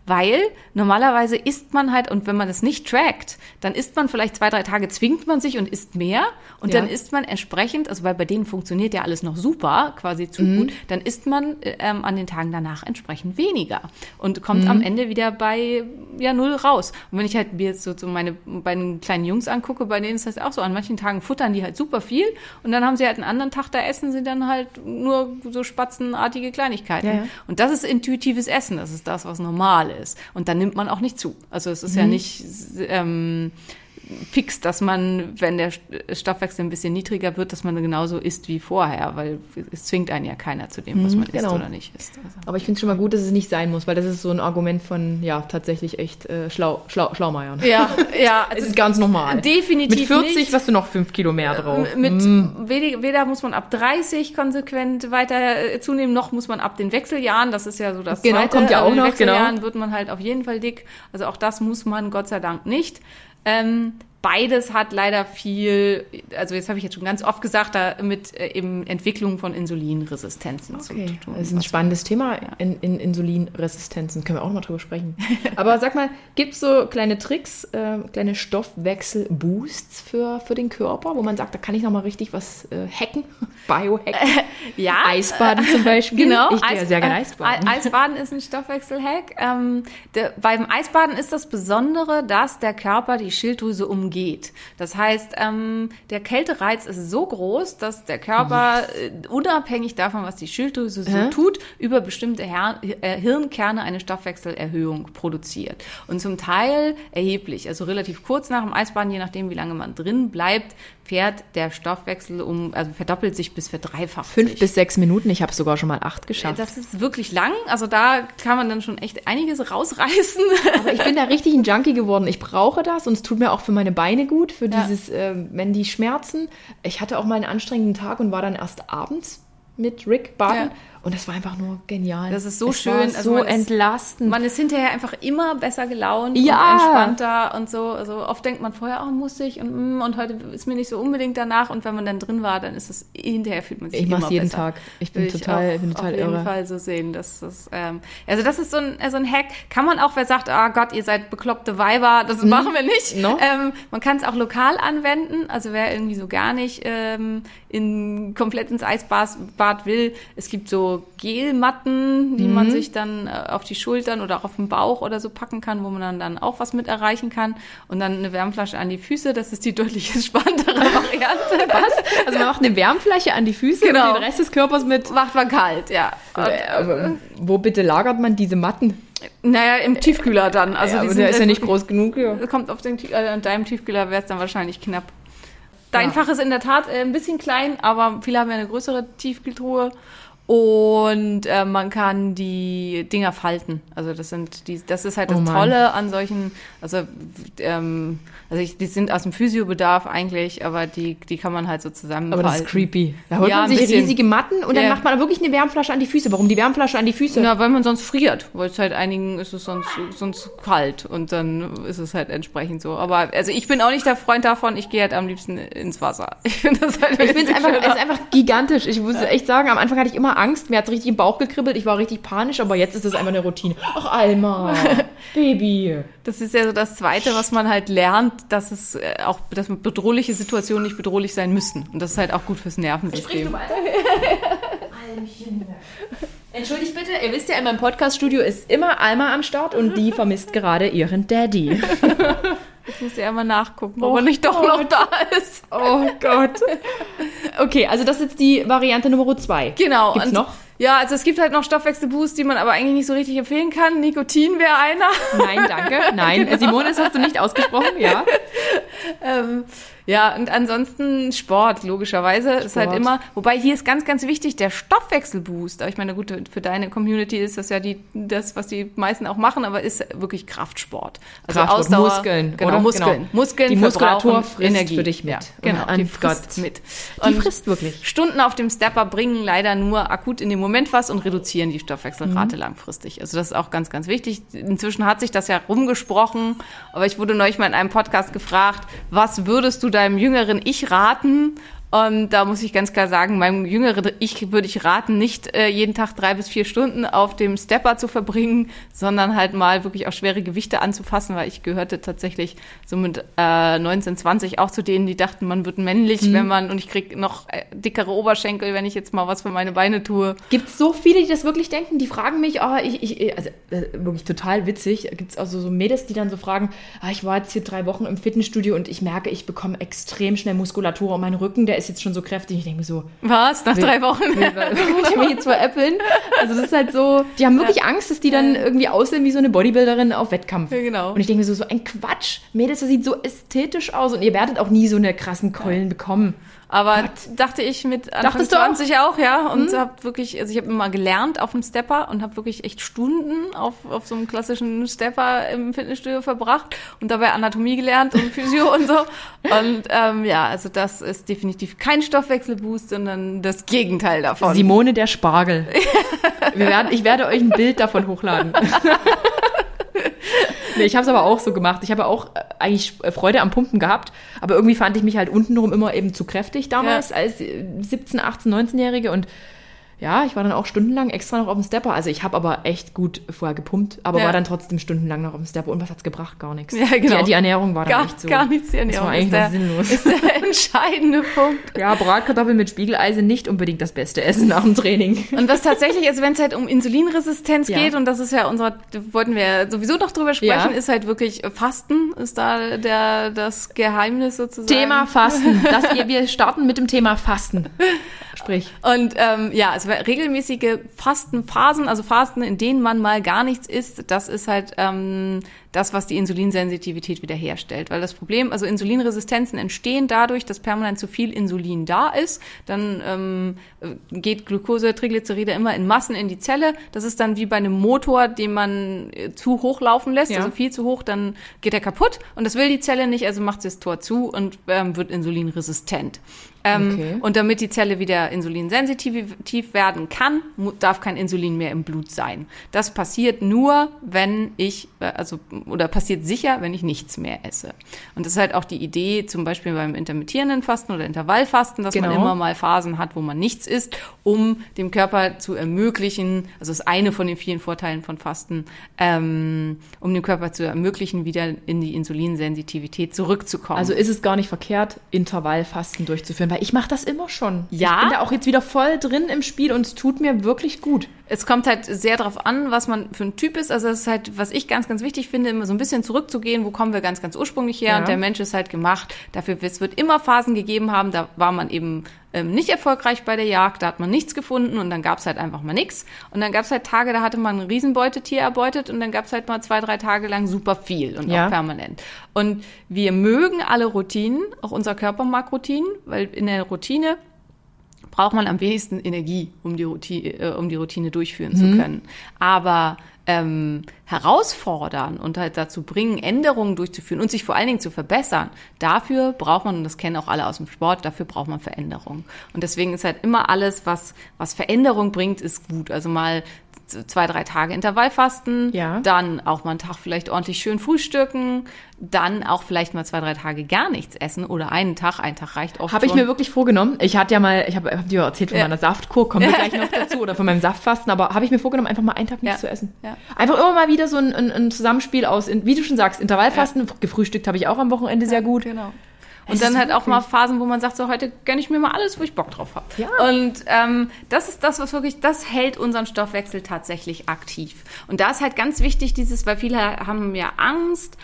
weil normalerweise isst man halt, und wenn man es nicht trackt, dann isst man vielleicht zwei, drei Tage, zwingt man sich und isst mehr und Ja. dann isst man entsprechend, also weil bei denen funktioniert ja alles noch super, quasi zu Mhm. gut, dann isst man ähm, an den Tagen danach entsprechend weniger und kommt Mhm. am Ende wieder bei ja null raus. Und wenn ich halt mir jetzt so, so meine beiden kleinen Jungs angucke, bei denen ist das auch so, an manchen Tagen futtern die halt super viel und dann haben sie halt einen anderen Tag, da essen sie dann halt nur so spatzenartige Kleinigkeiten. Ja, ja. Und das ist intuitives Essen, das ist das, was normal ist. Und dann nimmt man auch nicht zu. Also es ist Mhm. ja nicht ähm, fix, dass man, wenn der Stoffwechsel ein bisschen niedriger wird, dass man genauso isst wie vorher, weil es zwingt einen ja keiner zu dem, was man isst genau. oder nicht isst. Also. Aber ich finde es schon mal gut, dass es nicht sein muss, weil das ist so ein Argument von, ja, tatsächlich echt äh, schlau, schlau, Schlaumeiern. Ja, ja, Es also ist ganz normal. definitiv Mit vierzig nicht. hast du noch fünf Kilo mehr drauf. Mit Mm. weder, weder muss man ab dreißig konsequent weiter äh, zunehmen, noch muss man ab den Wechseljahren, das ist ja so das Genau, Zweite, kommt ja aber auch in den noch, Wechseljahren genau. wird man halt auf jeden Fall dick. Also auch das muss man Gott sei Dank nicht. Ähm, Beides hat leider viel, also jetzt habe ich jetzt schon ganz oft gesagt, da mit äh, eben Entwicklung von Insulinresistenzen zu Okay, tun. das ist ein spannendes Thema, in, in Insulinresistenzen. Können wir auch noch mal drüber sprechen. Aber sag mal, gibt es so kleine Tricks, äh, kleine Stoffwechsel-Boosts für, für den Körper, wo man sagt, da kann ich noch mal richtig was äh, hacken, Biohacken? Ja, Eisbaden zum Beispiel. Genau. Ich gehe ja sehr gerne äh, Eisbaden. Eisbaden ist ein Stoffwechselhack. Ähm, der, beim Eisbaden ist das Besondere, dass der Körper die Schilddrüse umgeht. Das heißt, ähm, der Kältereiz ist so groß, dass der Körper yes. äh, unabhängig davon, was die Schilddrüse so Hä? tut, über bestimmte Her äh, Hirnkerne eine Stoffwechselerhöhung produziert. Und zum Teil erheblich. Also relativ kurz nach dem Eisbaden, je nachdem, wie lange man drin bleibt, fährt der Stoffwechsel um, also verdoppelt sich bis verdreifacht Fünf sich. bis sechs Minuten, ich habe sogar schon mal acht geschafft. Das ist wirklich lang, also da kann man dann schon echt einiges rausreißen. Aber ich bin da richtig ein Junkie geworden. Ich brauche das und es tut mir auch für meine Beine gut, für Ja. dieses, äh, wenn die schmerzen. Ich hatte auch mal einen anstrengenden Tag und war dann erst abends mit Rick baden. Ja. Und das war einfach nur genial. Das ist so es schön, war also so man ist- entlastend. Man ist hinterher einfach immer besser gelaunt Ja. und entspannter und so. Also oft denkt man vorher, oh, muss ich und, mm, und heute ist mir nicht so unbedingt danach. Und wenn man dann drin war, dann ist es hinterher fühlt man sich Ich immer mach's jeden besser. Tag. Ich bin Will total- auch bin total auf jeden irre. Fall so sehen. Dass das, ähm, also das ist so ein, so ein Hack. Kann man auch, wer sagt, ah Gott, ihr seid bekloppte Weiber, das machen wir nicht. No. Ähm, man kann es auch lokal anwenden. Also wer irgendwie so gar nicht ähm, in komplett ins Eisbad Bad will, es gibt so Gelmatten, die man sich dann äh, auf die Schultern oder auch auf den Bauch oder so packen kann, wo man dann, dann auch was mit erreichen kann. Und dann eine Wärmflasche an die Füße, das ist die deutlich entspanntere Variante. Was? Also man macht eine Wärmfläche an die Füße Genau. und den Rest des Körpers mit... Macht man kalt, ja. Und, Äh, aber wo bitte lagert man diese Matten? naja, im Tiefkühler dann. Also ja, die aber sind der ist ja halt nicht wirklich- groß genug. Ja. Kommt auf den, Tie- äh, in deinem Tiefkühler wäre es dann wahrscheinlich knapp. Dein Ja. Fach ist in der Tat äh, ein bisschen klein, aber viele haben ja eine größere Tiefkühltruhe. Und äh, man kann die Dinger falten. Also das sind die, das ist halt das Oh Mann. Tolle an solchen, also ähm, also ich, die sind aus dem Physiobedarf eigentlich, aber die die kann man halt so zusammenfalten. Aber das ist creepy. Da holt Ja, man ein sich bisschen. riesige Matten und dann Ja. macht man wirklich eine Wärmflasche an die Füße. Warum die Wärmflasche an die Füße? Na, weil man sonst friert, weil es halt einigen ist es sonst sonst kalt und dann ist es halt entsprechend so. Aber also ich bin auch nicht der Freund davon, ich gehe halt am liebsten ins Wasser. Ich finde das halt Ich finde es einfach, schöner. es ist einfach gigantisch. Ich muss echt sagen, am Anfang hatte ich immer Angst. Mir hat es richtig im Bauch gekribbelt. Ich war richtig panisch, aber jetzt ist es einfach eine Routine. Ach, Alma, Baby. Das ist ja so das Zweite, was man halt lernt, dass es äh, auch, dass bedrohliche Situationen nicht bedrohlich sein müssen. Und das ist halt auch gut fürs Nervensystem. Entschuldigt bitte, ihr wisst ja, in meinem Podcast-Studio ist immer Alma am Start und die vermisst gerade ihren Daddy. Ich muss ja einmal nachgucken, Oh ob er nicht doch Gott. noch da ist. Oh Gott. Okay, also das ist jetzt die Variante Nummer zwei. Genau. Gibt's und, noch? Ja, also es gibt halt noch Stoffwechselboosts, die man aber eigentlich nicht so richtig empfehlen kann. Nikotin wäre einer. Nein, danke. Nein, Genau. Simone, das hast du nicht ausgesprochen, ja. Ähm, ja, und ansonsten Sport, logischerweise, ist halt Sport. immer, wobei hier ist ganz, ganz wichtig, der Stoffwechselboost. Aber ich meine, gut, für deine Community ist das ja die, das, was die meisten auch machen, aber ist wirklich Kraftsport. Also Kraftsport, Ausdauer, Muskeln, genau, oder? Muskeln. Genau. Muskeln Die Muskulatur verbrauchen frisst Energie. für dich mit. Ja, genau, Oh die mein frisst Gott. mit. Die Und frisst wirklich. Stunden auf dem Stepper bringen leider nur akut in dem Moment was und reduzieren die Stoffwechselrate langfristig. Also das ist auch ganz, ganz wichtig. Inzwischen hat sich das ja rumgesprochen, aber ich wurde neulich mal in einem Podcast gefragt, was würdest du deinem jüngeren Ich raten? Und da muss ich ganz klar sagen, meinem jüngeren Ich würde ich raten, nicht äh, jeden Tag drei bis vier Stunden auf dem Stepper zu verbringen, sondern halt mal wirklich auch schwere Gewichte anzufassen, weil ich gehörte tatsächlich so mit äh, neunzehn, zwanzig auch zu denen, die dachten, man wird männlich, mhm. wenn man, und ich krieg noch äh, dickere Oberschenkel, wenn ich jetzt mal was für meine Beine tue. Gibt's so viele, die das wirklich denken? Die fragen mich, oh, ich, ich, also äh, wirklich total witzig, gibt's also so Mädels, die dann so fragen, ah, ich war jetzt hier drei Wochen im Fitnessstudio und ich merke, ich bekomme extrem schnell Muskulatur und mein Rücken, der ist jetzt schon so kräftig. Ich denke mir so, was? Nach will, drei Wochen? Will, will, will mich jetzt veräppeln? Also das ist halt so, die haben wirklich ja. Angst, dass die dann irgendwie aussehen wie so eine Bodybuilderin auf Wettkampf. Ja, genau. Und ich denke mir so, so ein Quatsch. Mädels, das sieht so ästhetisch aus und ihr werdet auch nie so eine krassen Keulen ja. bekommen. Aber Gott. dachte ich mit Anfang zwanzig auch, ja. Und hm? habe wirklich, also ich habe immer gelernt auf dem Stepper und habe wirklich echt Stunden auf, auf so einem klassischen Stepper im Fitnessstudio verbracht und dabei Anatomie gelernt und Physio und so. Und ähm, ja, also das ist definitiv kein Stoffwechselboost, sondern das Gegenteil davon. Simone der Spargel. Wir werden, ich werde euch ein Bild davon hochladen. Nee, ich habe es aber auch so gemacht. Ich habe auch eigentlich Freude am Pumpen gehabt, aber irgendwie fand ich mich halt untenrum immer eben zu kräftig damals ja. als siebzehn-, achtzehn-, neunzehnjährige und ja, ich war dann auch stundenlang extra noch auf dem Stepper. Also ich habe aber echt gut vorher gepumpt, aber ja. war dann trotzdem stundenlang noch auf dem Stepper. Und was hat's gebracht? Gar nichts. Ja, genau. die, die Ernährung war dann gar, echt so. Gar nichts, die Ernährung. Das war eigentlich ist der, sinnlos. ist der entscheidende Punkt. Ja, Bratkartoffeln mit Spiegeleiсе nicht unbedingt das beste Essen nach dem Training. Und was tatsächlich, also wenn es halt um Insulinresistenz ja. geht, und das ist ja unser, wollten wir sowieso noch drüber sprechen, ja. ist halt wirklich Fasten, ist da der das Geheimnis sozusagen. Thema Fasten. Das, wir starten mit dem Thema Fasten. Sprich. Und ähm, ja, also regelmäßige Fastenphasen, also Fasten, in denen man mal gar nichts isst, das ist halt ähm, das, was die Insulinsensitivität wiederherstellt. Weil das Problem, also Insulinresistenzen entstehen dadurch, dass permanent zu viel Insulin da ist. Dann ähm, geht Glucose, Triglyceride immer in Massen in die Zelle. Das ist dann wie bei einem Motor, den man zu hoch laufen lässt, ja. also viel zu hoch, dann geht er kaputt. Und das will die Zelle nicht, also macht sie das Tor zu und ähm, wird insulinresistent. Ähm, okay. Und damit die Zelle wieder insulinsensitiv werden kann, darf kein Insulin mehr im Blut sein. Das passiert nur, wenn ich, also oder passiert sicher, wenn ich nichts mehr esse. Und das ist halt auch die Idee, zum Beispiel beim intermittierenden Fasten oder Intervallfasten, dass genau. man immer mal Phasen hat, wo man nichts isst, um dem Körper zu ermöglichen, also das ist eine von den vielen Vorteilen von Fasten, ähm, um dem Körper zu ermöglichen, wieder in die Insulinsensitivität zurückzukommen. Also ist es gar nicht verkehrt, Intervallfasten durchzuführen, weil ich mache das immer schon. Ja. Ich bin da auch jetzt wieder voll drin im Spiel und es tut mir wirklich gut. Es kommt halt sehr darauf an, was man für ein Typ ist. Also das ist halt, was ich ganz, ganz wichtig finde, immer so ein bisschen zurückzugehen, wo kommen wir ganz, ganz ursprünglich her. Ja. Und der Mensch ist halt gemacht dafür, es wird immer Phasen gegeben haben, da war man eben ähm, nicht erfolgreich bei der Jagd, da hat man nichts gefunden und dann gab es halt einfach mal nichts. Und dann gab es halt Tage, da hatte man ein Riesenbeutetier erbeutet und dann gab es halt mal zwei, drei Tage lang super viel und ja. auch permanent. Und wir mögen alle Routinen, auch unser Körper mag Routinen, weil in der Routine braucht man am wenigsten Energie, um die Routine, äh, um die Routine durchführen mhm. zu können. Aber ähm, herausfordern und halt dazu bringen, Änderungen durchzuführen und sich vor allen Dingen zu verbessern, dafür braucht man, und das kennen auch alle aus dem Sport, dafür braucht man Veränderung. Und deswegen ist halt immer alles, was, was Veränderung bringt, ist gut. Also mal zwei, drei Tage Intervallfasten, ja. dann auch mal einen Tag vielleicht ordentlich schön frühstücken, dann auch vielleicht mal zwei, drei Tage gar nichts essen oder einen Tag, ein Tag reicht oft Habe ich mir wirklich vorgenommen. Ich hatte ja mal, ich habe hab dir erzählt von ja. meiner Saftkur, kommen wir gleich noch dazu, oder von meinem Saftfasten, aber habe ich mir vorgenommen, einfach mal einen Tag nichts ja. zu essen. Ja. Einfach immer mal wieder so ein, ein, ein Zusammenspiel aus, wie du schon sagst, Intervallfasten, ja. gefrühstückt habe ich auch am Wochenende ja, sehr gut. Genau. Und dann halt auch mal Phasen, wo man sagt, so heute gönne ich mir mal alles, wo ich Bock drauf habe. Ja. Und ähm, das ist das, was wirklich, das hält unseren Stoffwechsel tatsächlich aktiv. Und da ist halt ganz wichtig dieses, weil viele haben ja Angst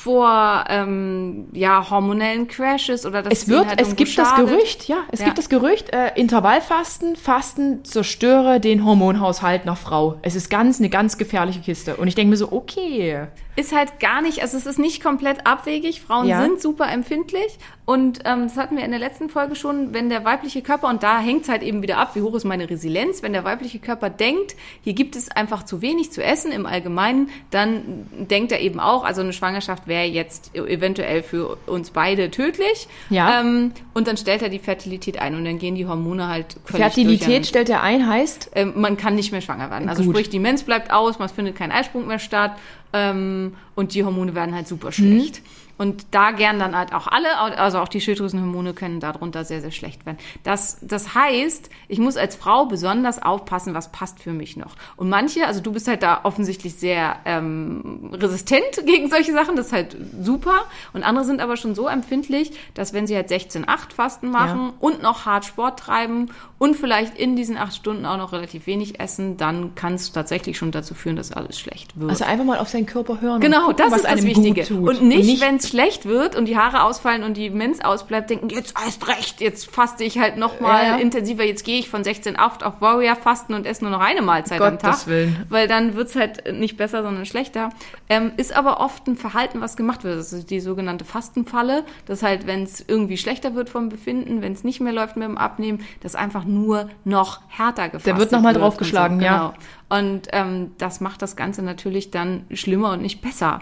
vor ähm, ja hormonellen Crashes oder das es wird halt es gibt das Gerücht ja es ja. gibt das Gerücht äh, Intervallfasten Fasten zerstöre den Hormonhaushalt nach Frau. Es ist ganz eine ganz gefährliche Kiste und ich denke mir so, okay, ist halt gar nicht, also es ist nicht komplett abwegig. Frauen ja. sind super empfindlich und ähm, das hatten wir in der letzten Folge schon, wenn der weibliche Körper, und da hängt es halt eben wieder ab, wie hoch ist meine Resilienz, wenn der weibliche Körper denkt, hier gibt es einfach zu wenig zu essen im Allgemeinen, dann denkt er eben auch, also eine Schwangerschaft wäre jetzt eventuell für uns beide tödlich. Ja. Ähm, und dann stellt er die Fertilität ein und dann gehen die Hormone halt völlig Fertilität stellt er ein, heißt? Ähm, man kann nicht mehr schwanger werden. Also Gut. sprich, die Mens bleibt aus, man findet keinen Eisprung mehr statt ähm, und die Hormone werden halt super schlecht. Mhm. Und da gern dann halt auch alle, also auch die Schilddrüsenhormone können darunter sehr, sehr schlecht werden. Das, das heißt, ich muss als Frau besonders aufpassen, was passt für mich noch. Und manche, also du bist halt da offensichtlich sehr ähm, resistent gegen solche Sachen, das ist halt super. Und andere sind aber schon so empfindlich, dass wenn sie halt sechzehn acht Fasten machen ja. und noch hart Sport treiben und vielleicht in diesen acht Stunden auch noch relativ wenig essen, dann kann es tatsächlich schon dazu führen, dass alles schlecht wird. Also einfach mal auf seinen Körper hören. Genau, und gucken, das was ist das einem Wichtige. Gut tut. Und nicht, und nicht wenn es schlecht wird und die Haare ausfallen und die Mens ausbleibt, denken, jetzt erst recht, jetzt faste ich halt noch mal ja, ja. intensiver, jetzt gehe ich von sechzehn acht auf Warrior-Fasten und esse nur noch eine Mahlzeit am Tag. Gottes Willen. Weil dann wird's halt nicht besser, sondern schlechter. Ähm, ist aber oft ein Verhalten, was gemacht wird. Das ist die sogenannte Fastenfalle. Das halt, wenn es irgendwie schlechter wird vom Befinden, wenn es nicht mehr läuft mit dem Abnehmen, das einfach nur noch härter gefasst wird. Da wird nochmal draufgeschlagen, so. ja. Genau. Und ähm, das macht das Ganze natürlich dann schlimmer und nicht besser.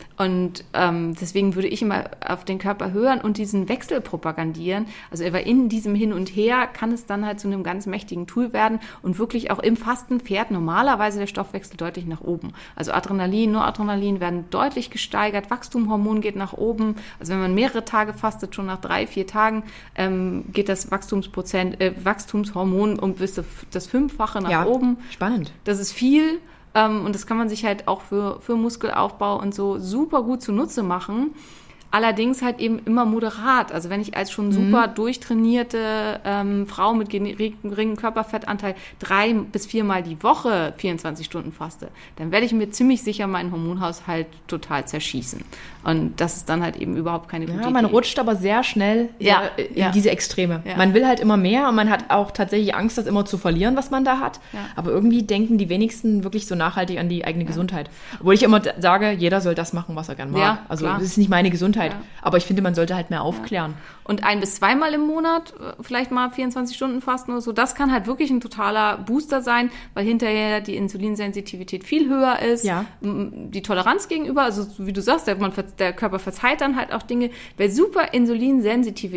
Und ähm, deswegen würde ich immer auf den Körper hören und diesen Wechsel propagandieren. Also in diesem Hin und Her kann es dann halt zu einem ganz mächtigen Tool werden. Und wirklich auch im Fasten fährt normalerweise der Stoffwechsel deutlich nach oben. Also Adrenalin, Noradrenalin werden deutlich gesteigert. Wachstumshormon geht nach oben. Also wenn man mehrere Tage fastet, schon nach drei, vier Tagen, ähm, geht das Wachstumsprozent, äh, Wachstumshormon um bis das Fünffache nach ja, oben. Spannend. Das ist viel. Um, und das kann man sich halt auch für, für Muskelaufbau und so super gut zunutze machen. Allerdings halt eben immer moderat. Also wenn ich als schon super mhm. durchtrainierte ähm, Frau mit geringem Körperfettanteil drei bis viermal die Woche vierundzwanzig Stunden faste, dann werde ich mir ziemlich sicher meinen Hormonhaushalt total zerschießen. Und das ist dann halt eben überhaupt keine gute ja, Idee. Man rutscht aber sehr schnell ja, in ja. diese Extreme. Ja. Man will halt immer mehr und man hat auch tatsächlich Angst, das immer zu verlieren, was man da hat. Ja. Aber irgendwie denken die wenigsten wirklich so nachhaltig an die eigene ja. Gesundheit. Obwohl ich immer sage, jeder soll das machen, was er gern mag. Ja, also das ist nicht meine Gesundheit. Ja. Aber ich finde, man sollte halt mehr aufklären. Ja. Und ein- bis zweimal im Monat vielleicht mal vierundzwanzig Stunden fasten oder so, das kann halt wirklich ein totaler Booster sein, weil hinterher die Insulinsensitivität viel höher ist. Ja. Die Toleranz gegenüber, also wie du sagst, der, man, der Körper verzeiht dann halt auch Dinge. Wer super insulinsensitiv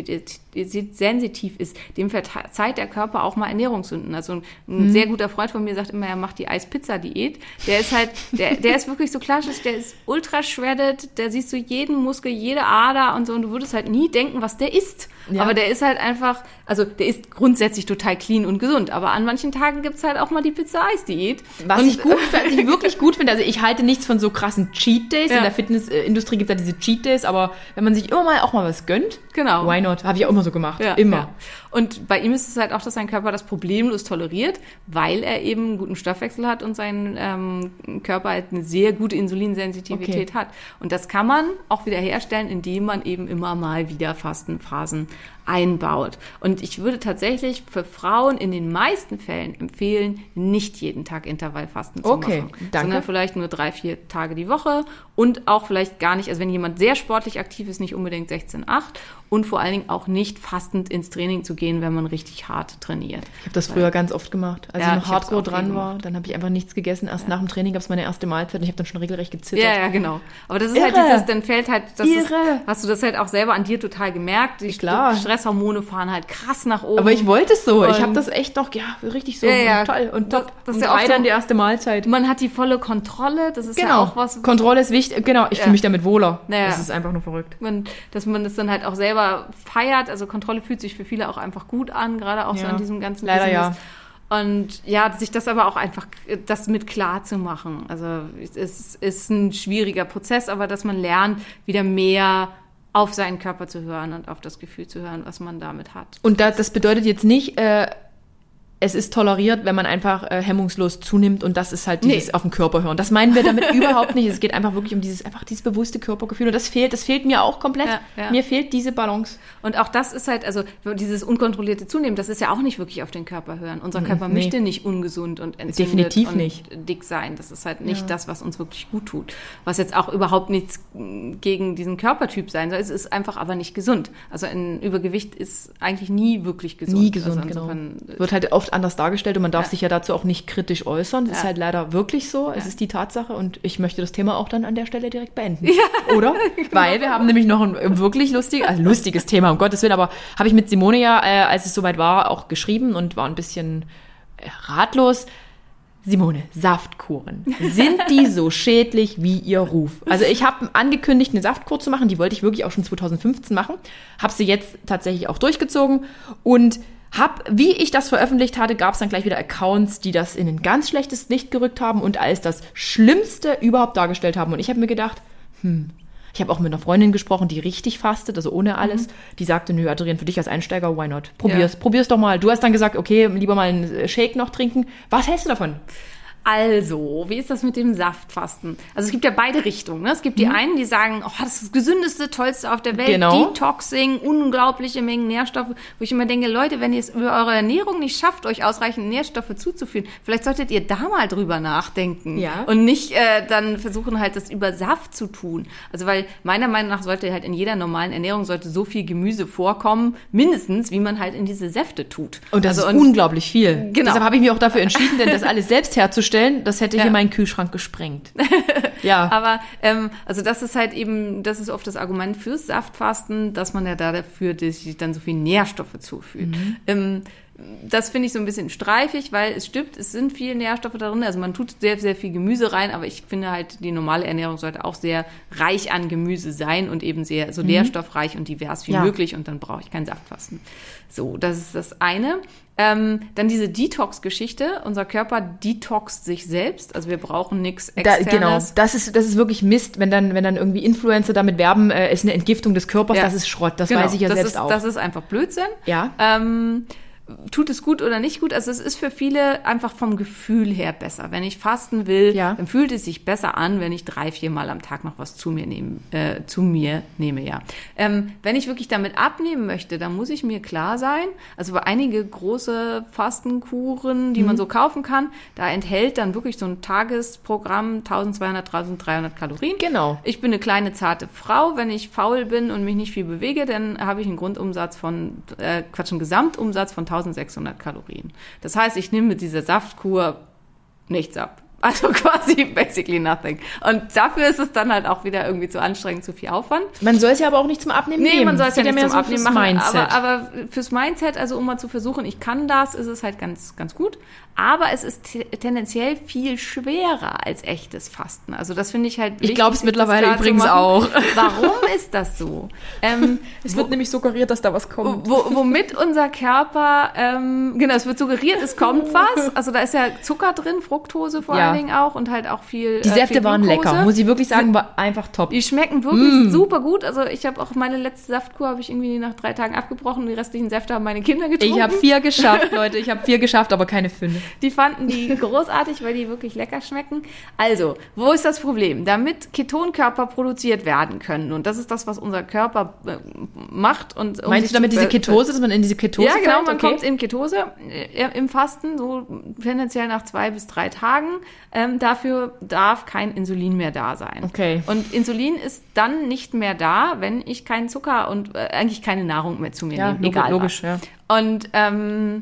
sensitiv ist, dem verzeiht der Körper auch mal Ernährungssünden. Also ein, ein mhm. sehr guter Freund von mir sagt immer, er macht die Eis-Pizza-Diät. Der ist halt, der, der ist wirklich so klassisch, der ist ultra shredded, der siehst du jeden Muskel, jede Ader und so, und du würdest halt nie denken, was der isst. Ja. Aber der ist halt einfach, also der ist grundsätzlich total clean und gesund, aber an manchen Tagen gibt's halt auch mal die Pizza-Eis-Diät. Was und, ich gut, was ich wirklich gut finde, also ich halte nichts von so krassen Cheat Days. Ja. In der Fitnessindustrie gibt's ja diese Cheat Days, aber wenn man sich immer mal auch mal was gönnt, genau. why not? Habe ich auch immer so gemacht. Ja, immer. Ja. Und bei ihm ist es halt auch, dass sein Körper das problemlos toleriert, weil er eben einen guten Stoffwechsel hat und sein ähm, Körper halt eine sehr gute Insulinsensitivität okay. hat. Und das kann man auch wieder herstellen, indem man eben immer mal wieder Fastenphasen einbaut. Und ich würde tatsächlich für Frauen in den meisten Fällen empfehlen, nicht jeden Tag Intervallfasten zu okay, machen, danke. sondern vielleicht nur drei, vier Tage die Woche und auch vielleicht gar nicht, also wenn jemand sehr sportlich aktiv ist, nicht unbedingt sechzehn acht und vor allen Dingen auch nicht fastend ins Training zu gehen, wenn man richtig hart trainiert. Ich habe das früher Weil, ganz oft gemacht. Als ja, ich noch Hardcore dran war, dann habe ich einfach nichts gegessen. Erst ja. nach dem Training gab es meine erste Mahlzeit und ich habe dann schon regelrecht gezittert. Ja, ja, genau. Aber das ist Irre. halt dieses, dann fällt halt, das Irre. ist, hast du das halt auch selber an dir total gemerkt. Die Klar. Stresshormone fahren halt krass nach oben. Aber ich wollte es so. Und ich habe das echt noch, ja, richtig so ja, ja. Und toll und top. Das, das und ist ja auch dann so, die erste Mahlzeit. Man hat die volle Kontrolle. Das ist genau. ja auch was. Kontrolle ist wichtig. Genau, ich ja. fühle mich damit wohler. Naja. Das ist einfach nur verrückt. Man, dass man das dann halt auch selber feiert. Also Kontrolle fühlt sich für viele auch einfach gut an, gerade auch ja. so an diesem ganzen Leider Business. Ja. Und ja, sich das aber auch einfach, das mit klar zu machen. Also es ist ein schwieriger Prozess, aber dass man lernt, wieder mehr auf seinen Körper zu hören und auf das Gefühl zu hören, was man damit hat. Und da, das bedeutet jetzt nicht, äh, es ist toleriert, wenn man einfach äh, hemmungslos zunimmt und das ist halt dieses Nee. auf den Körper hören. Das meinen wir damit überhaupt nicht. Es geht einfach wirklich um dieses, einfach dieses bewusste Körpergefühl und das fehlt, das fehlt mir auch komplett. Ja, ja. Mir fehlt diese Balance. Und auch das ist halt, also dieses unkontrollierte Zunehmen, das ist ja auch nicht wirklich auf den Körper hören. Unser Körper nee. möchte nicht ungesund und entzündet Definitiv und nicht. dick sein. Das ist halt nicht Ja. das, was uns wirklich gut tut. Was jetzt auch überhaupt nichts gegen diesen Körpertyp sein soll. Es ist einfach aber nicht gesund. Also ein Übergewicht ist eigentlich nie wirklich gesund. Nie gesund, also genau. insofern, Wird halt oft anders dargestellt und man darf Ja. sich ja dazu auch nicht kritisch äußern. Das Ja. ist halt leider wirklich so. Es Ja. ist die Tatsache und ich möchte das Thema auch dann an der Stelle direkt beenden. Ja. Oder? Genau. Weil wir haben nämlich noch ein wirklich lustig, also lustiges Thema, um Gottes Willen, aber habe ich mit Simone ja, äh, als es soweit war, auch geschrieben und war ein bisschen äh, ratlos. Simone, Saftkuren, sind die so schädlich wie ihr Ruf? Also ich habe angekündigt, eine Saftkur zu machen, die wollte ich wirklich auch schon zwanzig fünfzehn machen, habe sie jetzt tatsächlich auch durchgezogen und habe, wie ich das veröffentlicht hatte, gab es dann gleich wieder Accounts, die das in ein ganz schlechtes Licht gerückt haben und als das Schlimmste überhaupt dargestellt haben. Und ich habe mir gedacht, hm, ich habe auch mit einer Freundin gesprochen, die richtig fastet, also ohne alles. Mhm. Die sagte, nö, Adrian, für dich als Einsteiger, why not? Probier's, ja. probier's doch mal. Du hast dann gesagt, okay, lieber mal einen Shake noch trinken. Was hältst du davon? Also, wie ist das mit dem Saftfasten? Also es gibt ja beide Richtungen. Ne? Es gibt die mhm. einen, die sagen, oh, das ist das gesündeste, tollste auf der Welt, genau. Detoxing, unglaubliche Mengen Nährstoffe. Wo ich immer denke, Leute, wenn ihr es über eure Ernährung nicht schafft, euch ausreichend Nährstoffe zuzuführen, vielleicht solltet ihr da mal drüber nachdenken. Ja. Und nicht äh, dann versuchen halt, das über Saft zu tun. Also weil meiner Meinung nach sollte halt in jeder normalen Ernährung sollte so viel Gemüse vorkommen, mindestens, wie man halt in diese Säfte tut. Und das also, ist und, unglaublich viel. Genau. Deshalb habe ich mich auch dafür entschieden, denn das alles selbst herzustellen, das hätte ja. hier meinen Kühlschrank gesprengt. Ja. Aber, ähm, also das ist halt eben, das ist oft das Argument fürs Saftfasten, dass man ja da dafür sich dann so viel Nährstoffe zuführt. Mhm. Ähm, das finde ich so ein bisschen streifig, weil es stimmt, es sind viele Nährstoffe darin, also man tut sehr, sehr viel Gemüse rein, aber ich finde halt, die normale Ernährung sollte auch sehr reich an Gemüse sein und eben sehr so mhm. nährstoffreich und divers wie ja. möglich und dann brauche ich kein Saftfasten. So, das ist das eine. Ähm, dann diese Detox-Geschichte. Unser Körper detoxt sich selbst. Also wir brauchen nichts Externes. Da, genau, das ist, das ist wirklich Mist, wenn dann, wenn dann irgendwie Influencer damit werben, äh, ist eine Entgiftung des Körpers, ja. das ist Schrott. Das genau. weiß ich ja das selbst ist, auch. Das ist einfach Blödsinn. Ja. Ähm, tut es gut oder nicht gut? Also es ist für viele einfach vom Gefühl her besser. Wenn ich fasten will, ja. dann fühlt es sich besser an, wenn ich drei, vier Mal am Tag noch was zu mir nehme, äh, zu mir nehme, ja. Ähm, wenn ich wirklich damit abnehmen möchte, dann muss ich mir klar sein, also bei einige große Fastenkuren, die mhm. man so kaufen kann, da enthält dann wirklich so ein Tagesprogramm eintausendzweihundert, eintausenddreihundert Kalorien. Genau. Ich bin eine kleine, zarte Frau. Wenn ich faul bin und mich nicht viel bewege, dann habe ich einen Grundumsatz von, äh, Quatsch, einen Gesamtumsatz von eintausendsechshundert Kalorien. Das heißt, ich nehme mit dieser Saftkur nichts ab. Also quasi basically nothing. Und dafür ist es dann halt auch wieder irgendwie zu anstrengend, zu viel Aufwand. Man soll es ja aber auch nicht zum Abnehmen nee, nehmen. Nee, man soll es ja nicht zum so Abnehmen machen. Mindset. Aber, aber fürs Mindset, also um mal zu versuchen, ich kann das, ist es halt ganz, ganz gut. Aber es ist t- tendenziell viel schwerer als echtes Fasten. Also das finde ich halt wichtig. Ich glaube es mittlerweile übrigens auch. Warum ist das so? Ähm, es wird wo, nämlich suggeriert, dass da was kommt. Wo, womit unser Körper, ähm, genau, es wird suggeriert, es kommt was. Also da ist ja Zucker drin, Fructose vor ja. allen Dingen auch und halt auch viel Die Säfte viel waren lecker, muss ich wirklich sagen, war einfach top. Die schmecken wirklich mm. super gut. Also ich habe auch meine letzte Saftkur, habe ich irgendwie nach drei Tagen abgebrochen. Die restlichen Säfte haben meine Kinder getrunken. Ich habe vier geschafft, Leute. Ich habe vier geschafft, aber keine fünf. Die fanden die großartig, weil die wirklich lecker schmecken. Also, wo ist das Problem? Damit Ketonkörper produziert werden können. Und das ist das, was unser Körper äh, macht. Und um Meinst du damit diese Ketose, dass man in diese Ketose Ja, genau, fällt? man okay. kommt in Ketose äh, im Fasten, so tendenziell nach zwei bis drei Tagen. Ähm, dafür darf kein Insulin mehr da sein. Okay. Und Insulin ist dann nicht mehr da, wenn ich keinen Zucker und äh, eigentlich keine Nahrung mehr zu mir ja, nehme. Egal logisch, was. Ja. Und ähm,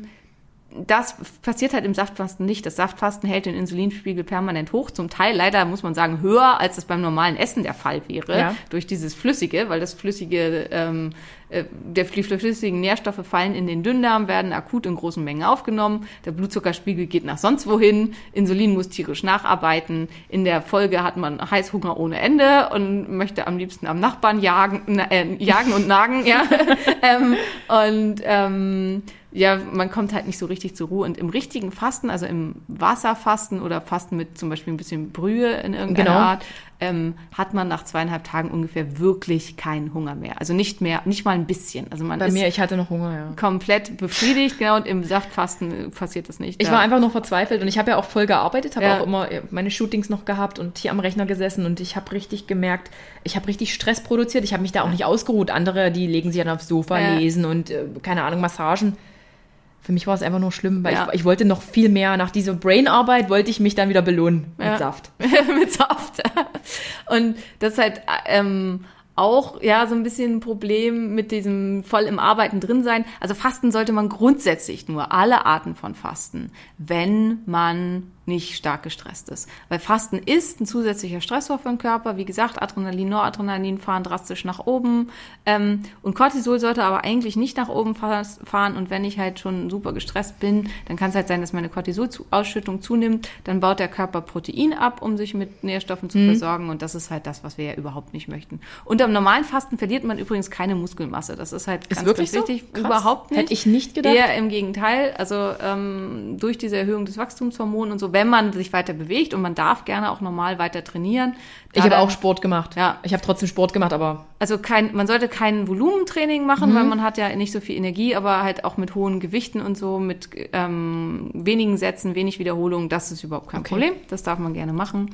das passiert halt im Saftfasten nicht. Das Saftfasten hält den Insulinspiegel permanent hoch. Zum Teil leider, muss man sagen, höher, als das beim normalen Essen der Fall wäre. Ja. Durch dieses Flüssige, weil das Flüssige, ähm, äh, der, die flüssigen Nährstoffe fallen in den Dünndarm, werden akut in großen Mengen aufgenommen. Der Blutzuckerspiegel geht nach sonst wohin. Insulin muss tierisch nacharbeiten. In der Folge hat man Heißhunger ohne Ende und möchte am liebsten am Nachbarn jagen, äh, jagen und nagen. ja. ähm, und ähm, ja, man kommt halt nicht so richtig zur Ruhe. Und im richtigen Fasten, also im Wasserfasten oder Fasten mit zum Beispiel ein bisschen Brühe in irgendeiner genau. Art, ähm, hat man nach zweieinhalb Tagen ungefähr wirklich keinen Hunger mehr. Also nicht mehr, nicht mal ein bisschen. Also man Bei ist mir, ich hatte noch Hunger, ja. komplett befriedigt, genau. Und im Saftfasten passiert das nicht. Ich da. war einfach nur verzweifelt und ich habe ja auch voll gearbeitet, habe ja. auch immer meine Shootings noch gehabt und hier am Rechner gesessen und ich habe richtig gemerkt, ich habe richtig Stress produziert. Ich habe mich da auch nicht ausgeruht. Andere, die legen sich dann aufs Sofa, ja. lesen und äh, keine Ahnung, Massagen. Für mich war es einfach nur schlimm, weil ja. ich, ich wollte noch viel mehr, nach dieser Brainarbeit wollte ich mich dann wieder belohnen mit ja. Saft. mit Saft. Und das ist halt ähm, auch ja so ein bisschen ein Problem mit diesem voll im Arbeiten drin sein. Also Fasten sollte man grundsätzlich nur, alle Arten von Fasten, wenn man nicht stark gestresst ist. Weil Fasten ist ein zusätzlicher Stressor für den Körper. Wie gesagt, Adrenalin, Noradrenalin fahren drastisch nach oben. Ähm, und Cortisol sollte aber eigentlich nicht nach oben fahren. Und wenn ich halt schon super gestresst bin, dann kann es halt sein, dass meine Cortisolausschüttung zunimmt. Dann baut der Körper Protein ab, um sich mit Nährstoffen zu mhm. versorgen. Und das ist halt das, was wir ja überhaupt nicht möchten. Und am normalen Fasten verliert man übrigens keine Muskelmasse. Das ist halt ist ganz, wirklich ganz wichtig. So? Überhaupt nicht. Hätte ich nicht gedacht. Eher im Gegenteil. Also ähm, durch diese Erhöhung des Wachstumshormons und so, wenn man sich weiter bewegt und man darf gerne auch normal weiter trainieren. Ich habe auch Sport gemacht. Ja. Ich habe trotzdem Sport gemacht, aber... Also kein, man sollte kein Volumentraining machen, mhm. weil man hat ja nicht so viel Energie, aber halt auch mit hohen Gewichten und so, mit ähm, wenigen Sätzen, wenig Wiederholungen, das ist überhaupt kein okay. Problem. Das darf man gerne machen.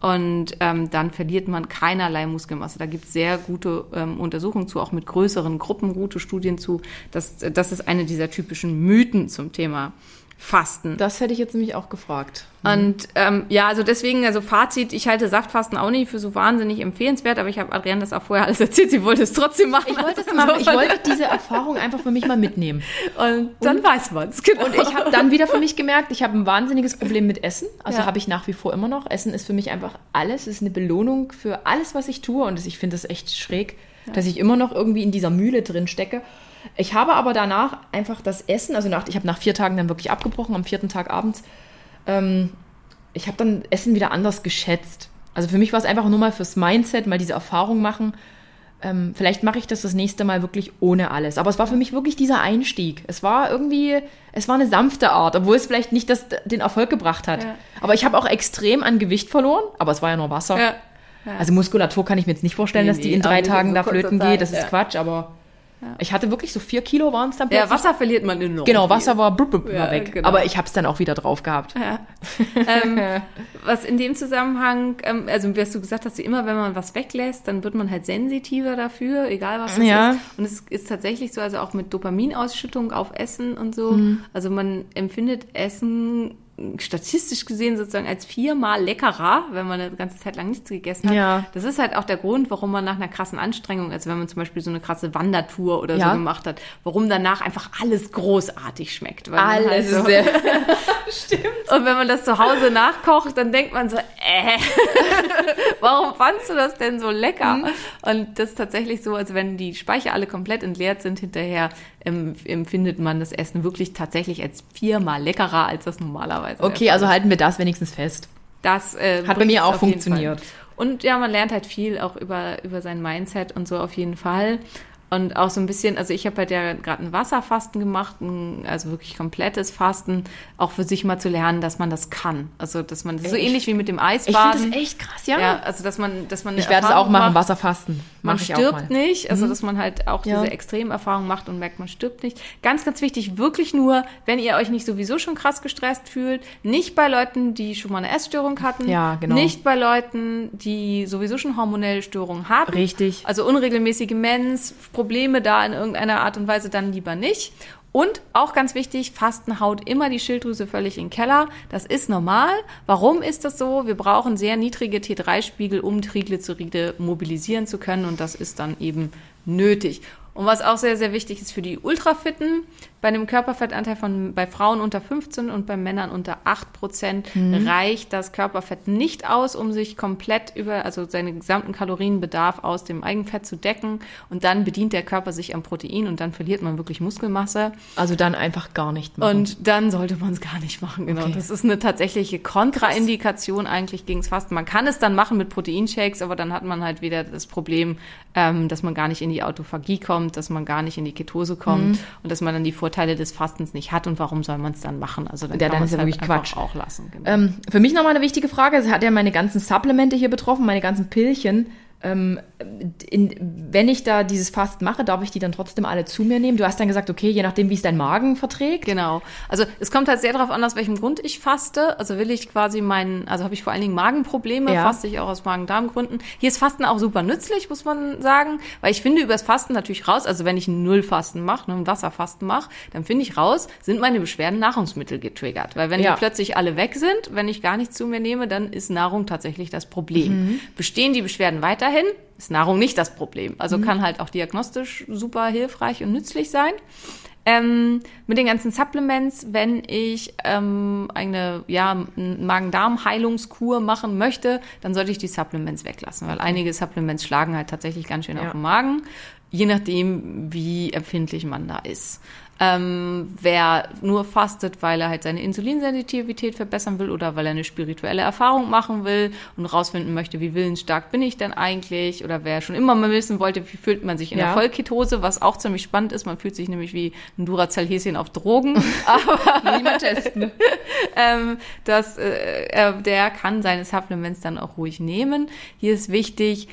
Und ähm, dann verliert man keinerlei Muskelmasse. Da gibt es sehr gute ähm, Untersuchungen zu, auch mit größeren Gruppen, gute Studien zu. Das, das ist eine dieser typischen Mythen zum Thema Fasten. Das hätte ich jetzt nämlich auch gefragt. Und ähm, ja, also deswegen, also Fazit, ich halte Saftfasten auch nicht für so wahnsinnig empfehlenswert, aber ich habe Adrienne das auch vorher alles erzählt, sie wollte es trotzdem machen. Ich wollte es machen, ich wollte diese Erfahrung einfach für mich mal mitnehmen. Und dann und, weiß man es, genau. Und ich habe dann wieder für mich gemerkt, ich habe ein wahnsinniges Problem mit Essen, also ja. habe ich nach wie vor immer noch. Essen ist für mich einfach alles, es ist eine Belohnung für alles, was ich tue und ich finde das echt schräg, ja. dass ich immer noch irgendwie in dieser Mühle drin stecke. Ich habe aber danach einfach das Essen, also nach, ich habe nach vier Tagen dann wirklich abgebrochen, am vierten Tag abends, ähm, ich habe dann Essen wieder anders geschätzt. Also für mich war es einfach nur mal fürs Mindset, mal diese Erfahrung machen. Ähm, vielleicht mache ich das das nächste Mal wirklich ohne alles. Aber es war für mich wirklich dieser Einstieg. Es war irgendwie, es war eine sanfte Art, obwohl es vielleicht nicht das, den Erfolg gebracht hat. Ja. Aber ich habe auch extrem an Gewicht verloren, aber es war ja nur Wasser. Ja. Ja. Also Muskulatur kann ich mir jetzt nicht vorstellen, nee, dass die in drei Tagen da flöten geht. Das ist ja. Quatsch, aber... Ja. Ich hatte wirklich so vier Kilo waren es dann plötzlich. Ja, Wasser verliert man enorm. Genau, Wasser war blub, blub, ja, weg. Genau. Aber ich habe es dann auch wieder drauf gehabt. Ja. ähm, was in dem Zusammenhang, ähm, also wie du gesagt hast, immer wenn man was weglässt, dann wird man halt sensitiver dafür, egal was es ja. ist. Und es ist tatsächlich so, also auch mit Dopaminausschüttung auf Essen und so. Mhm. Also man empfindet Essen statistisch gesehen sozusagen als viermal leckerer, wenn man eine ganze Zeit lang nichts gegessen hat. Ja. Das ist halt auch der Grund, warum man nach einer krassen Anstrengung, also wenn man zum Beispiel so eine krasse Wandertour oder ja. so gemacht hat, warum danach einfach alles großartig schmeckt. Weil alles halt so sehr stimmt. Und wenn man das zu Hause nachkocht, dann denkt man so, äh, warum fandst du das denn so lecker? Mhm. Und das ist tatsächlich so, also wenn die Speicher alle komplett entleert sind hinterher, empfindet man das Essen wirklich tatsächlich als viermal leckerer, als das normalerweise Okay, wäre. Also halten wir das wenigstens fest. Das äh, hat bei mir auch funktioniert. Und ja, man lernt halt viel auch über, über sein Mindset und so auf jeden Fall. Und auch so ein bisschen, also ich habe halt ja gerade ein Wasserfasten gemacht, ein, also wirklich komplettes Fasten, auch für sich mal zu lernen, dass man das kann. Also dass man das so ähnlich wie mit dem Eisbaden. Ich finde das echt krass, ja. Ja, also dass man, dass man ich werde es auch machen, macht, Wasserfasten. Man Mach stirbt nicht, also mhm. dass man halt auch ja. diese Extremerfahrung macht und merkt, man stirbt nicht. Ganz, ganz wichtig, wirklich nur, wenn ihr euch nicht sowieso schon krass gestresst fühlt, nicht bei Leuten, die schon mal eine Essstörung hatten, ja, genau. nicht bei Leuten, die sowieso schon hormonelle Störungen haben. Richtig. Also unregelmäßige Mens, Probleme da in irgendeiner Art und Weise dann lieber nicht. Und auch ganz wichtig, Fasten haut immer die Schilddrüse völlig in den Keller. Das ist normal. Warum ist das so? Wir brauchen sehr niedrige T drei Spiegel, um Triglyceride mobilisieren zu können. Und das ist dann eben nötig. Und was auch sehr, sehr wichtig ist für die Ultrafitten, bei einem Körperfettanteil von bei Frauen unter fünfzehn und bei Männern unter acht Prozent mhm. reicht das Körperfett nicht aus, um sich komplett über, also seinen gesamten Kalorienbedarf aus dem Eigenfett zu decken. Und dann bedient der Körper sich am Protein und dann verliert man wirklich Muskelmasse. Also dann einfach gar nicht machen. Und dann sollte man es gar nicht machen, genau. Okay. Das ist eine tatsächliche Kontraindikation Krass. eigentlich gegen das Fasten. Man kann es dann machen mit Proteinshakes, aber dann hat man halt wieder das Problem, ähm, dass man gar nicht in die Autophagie kommt, dass man gar nicht in die Ketose kommt mhm. und dass man dann die Vorteile des Fastens nicht hat und warum soll man es dann machen? Also dann ja, kann dann ist ja halt wirklich Quatsch. Auch lassen. Genau. Ähm, für mich nochmal eine wichtige Frage, es hat ja meine ganzen Supplemente hier betroffen, meine ganzen Pillchen. Ähm, in, wenn ich da dieses Fasten mache, darf ich die dann trotzdem alle zu mir nehmen? Du hast dann gesagt, okay, je nachdem, wie es dein Magen verträgt. Genau. Also es kommt halt sehr darauf an, aus welchem Grund ich faste. Also will ich quasi meinen, also habe ich vor allen Dingen Magenprobleme, ja. faste ich auch aus Magen-Darm-Gründen. Hier ist Fasten auch super nützlich, muss man sagen, weil ich finde übers Fasten natürlich raus, also wenn ich ein Nullfasten mache, ein Wasserfasten mache, dann finde ich raus, sind meine Beschwerden Nahrungsmittel getriggert. Weil wenn ja. die plötzlich alle weg sind, wenn ich gar nichts zu mir nehme, dann ist Nahrung tatsächlich das Problem. Mhm. Bestehen die Beschwerden weiter, weiterhin ist Nahrung nicht das Problem. Also mhm. kann halt auch diagnostisch super hilfreich und nützlich sein. Ähm, mit den ganzen Supplements, wenn ich ähm, eine ja, Magen-Darm-Heilungskur machen möchte, dann sollte ich die Supplements weglassen, weil einige Supplements schlagen halt tatsächlich ganz schön ja. auf den Magen, je nachdem, wie empfindlich man da ist. Ähm, wer nur fastet, weil er halt seine Insulinsensitivität verbessern will oder weil er eine spirituelle Erfahrung machen will und rausfinden möchte, wie willensstark bin ich denn eigentlich, oder wer schon immer mal wissen wollte, wie fühlt man sich in ja. der Vollketose, was auch ziemlich spannend ist, man fühlt sich nämlich wie ein Duracell-Häschen auf Drogen, aber niemand testen. ähm, das, äh, der kann seine Supplements dann auch ruhig nehmen. Hier ist wichtig,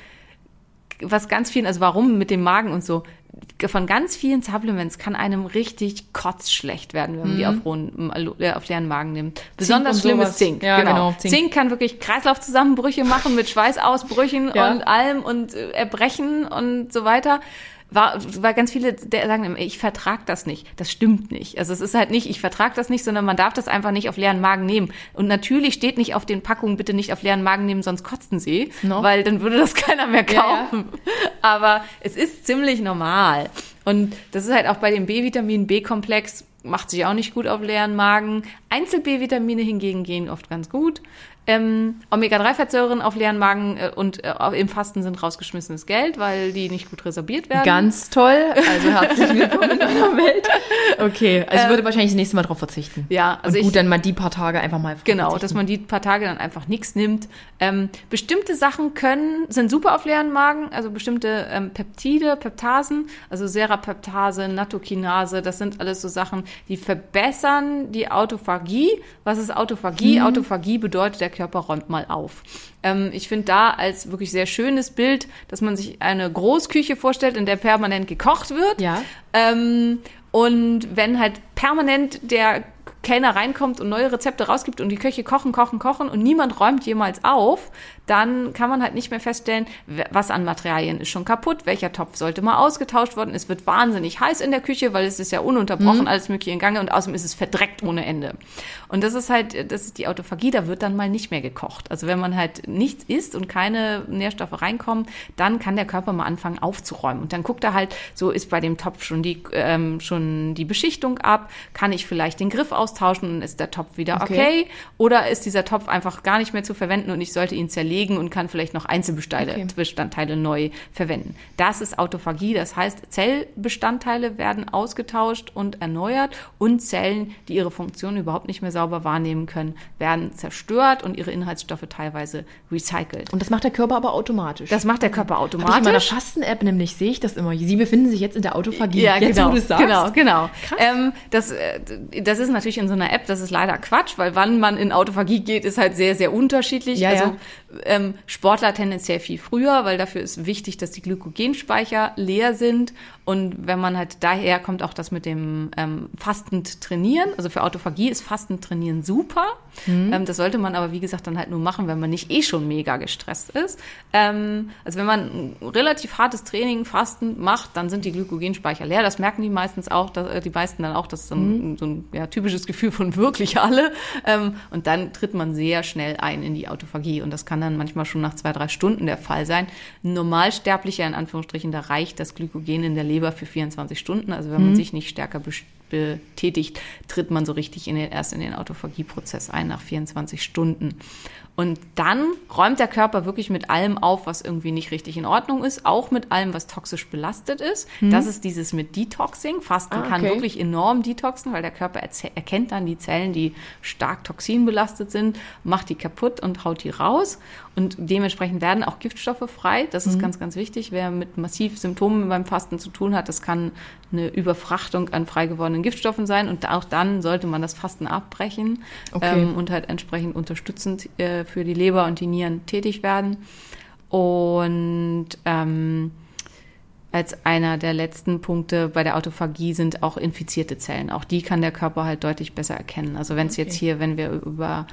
was ganz vielen, also warum mit dem Magen und so, von ganz vielen Supplements kann einem richtig kotzschlecht werden, wenn man mhm. die auf, rohen, auf leeren Magen nimmt. Besonders schlimm ist Zink. Ja, genau. genau. Zink. Zink kann wirklich Kreislaufzusammenbrüche machen mit Schweißausbrüchen ja. und allem und Erbrechen und so weiter. War, weil ganz viele sagen immer, ich vertrage das nicht. Das stimmt nicht. Also es ist halt nicht, ich vertrage das nicht, sondern man darf das einfach nicht auf leeren Magen nehmen. Und natürlich steht nicht auf den Packungen, bitte nicht auf leeren Magen nehmen, sonst kotzen sie, no. weil dann würde das keiner mehr kaufen. Ja, ja. Aber es ist ziemlich normal. Und das ist halt auch bei dem B-Vitamin, B-Komplex, macht sich auch nicht gut auf leeren Magen. Einzel-B-Vitamine hingegen gehen oft ganz gut. Ähm, Omega drei Fettsäuren auf leeren Magen äh, und äh, im Fasten sind rausgeschmissenes Geld, weil die nicht gut resorbiert werden. Ganz toll. Also herzlich willkommen in meiner Welt. Okay, also ich ähm, würde wahrscheinlich das nächste Mal drauf verzichten. Ja, also und gut, ich, dann mal die paar Tage einfach mal Genau, verzichten. dass man die paar Tage dann einfach nichts nimmt. Ähm, bestimmte Sachen können, sind super auf leeren Magen, also bestimmte ähm, Peptide, Peptasen, also Serapeptase, Nattokinase, das sind alles so Sachen, die verbessern die Autophagie. Was ist Autophagie? Hm. Autophagie bedeutet, der Körper räumt mal auf. Ähm, ich finde da als wirklich sehr schönes Bild, dass man sich eine Großküche vorstellt, in der permanent gekocht wird. Ja. Ähm, und wenn halt permanent der Kellner reinkommt und neue Rezepte rausgibt und die Köche kochen, kochen, kochen und niemand räumt jemals auf, dann kann man halt nicht mehr feststellen, was an Materialien ist schon kaputt, welcher Topf sollte mal ausgetauscht worden. Es wird wahnsinnig heiß in der Küche, weil es ist ja ununterbrochen, mhm. alles mögliche in Gange und außerdem ist es verdreckt ohne Ende. Und das ist halt, das ist die Autophagie, da wird dann mal nicht mehr gekocht. Also wenn man halt nichts isst und keine Nährstoffe reinkommen, dann kann der Körper mal anfangen aufzuräumen. Und dann guckt er halt, so ist bei dem Topf schon die, ähm, schon die Beschichtung ab, kann ich vielleicht den Griff austauschen und ist der Topf wieder okay. okay? Oder ist dieser Topf einfach gar nicht mehr zu verwenden und ich sollte ihn zerlegen und kann vielleicht noch Einzelbestandteile okay. Bestandteile neu verwenden. Das ist Autophagie, das heißt, Zellbestandteile werden ausgetauscht und erneuert und Zellen, die ihre Funktion überhaupt nicht mehr sauber wahrnehmen können, werden zerstört und ihre Inhaltsstoffe teilweise recycelt. Und das macht der Körper aber automatisch. Das macht der Körper automatisch. In meiner Fasten-App nämlich sehe ich das immer. Sie befinden sich jetzt in der Autophagie. Ja, jetzt, genau, wo du es sagst. genau, genau. Krass. Ähm, das, das ist natürlich in so einer App, das ist leider Quatsch, weil wann man in Autophagie geht, ist halt sehr, sehr unterschiedlich. Ja, also ja. Ähm, Sportler tendenziell viel früher, weil dafür ist wichtig, dass die Glykogenspeicher leer sind. Und wenn man halt daher kommt, auch das mit dem ähm, Fastend trainieren. Also für Autophagie ist Fastend trainieren super. Mhm. Ähm, das sollte man aber, wie gesagt, dann halt nur machen, wenn man nicht eh schon mega gestresst ist. Ähm, also wenn man ein relativ hartes Training Fasten macht, dann sind die Glykogenspeicher leer. Das merken die meistens auch, dass, äh, die meisten dann auch. Das ist dann mhm. so ein ja, typisches Gefühl von wirklich alle. Ähm, und dann tritt man sehr schnell ein in die Autophagie. Und das kann dann manchmal schon nach zwei, drei Stunden der Fall sein. Ein Normalsterblicher, in Anführungsstrichen, da reicht das Glykogen in der Leber für vierundzwanzig Stunden. Also wenn man mhm. sich nicht stärker betätigt, tritt man so richtig in den, erst in den Autophagieprozess ein nach vierundzwanzig Stunden. Und dann räumt der Körper wirklich mit allem auf, was irgendwie nicht richtig in Ordnung ist, auch mit allem, was toxisch belastet ist. Mhm. Das ist dieses mit Detoxing. Fasten ah, okay. kann wirklich enorm detoxen, weil der Körper erkennt dann die Zellen, die stark toxinbelastet sind, macht die kaputt und haut die raus. Und dementsprechend werden auch Giftstoffe frei. Das ist mhm. ganz, ganz wichtig. Wer mit massiv Symptomen beim Fasten zu tun hat, das kann eine Überfrachtung an frei gewordenen Giftstoffen sein. Und auch dann sollte man das Fasten abbrechen okay. ähm, und halt entsprechend unterstützend äh, für die Leber und die Nieren tätig werden. Und ähm, als einer der letzten Punkte bei der Autophagie sind auch infizierte Zellen. Auch die kann der Körper halt deutlich besser erkennen. Also wenn es okay. jetzt hier, wenn wir über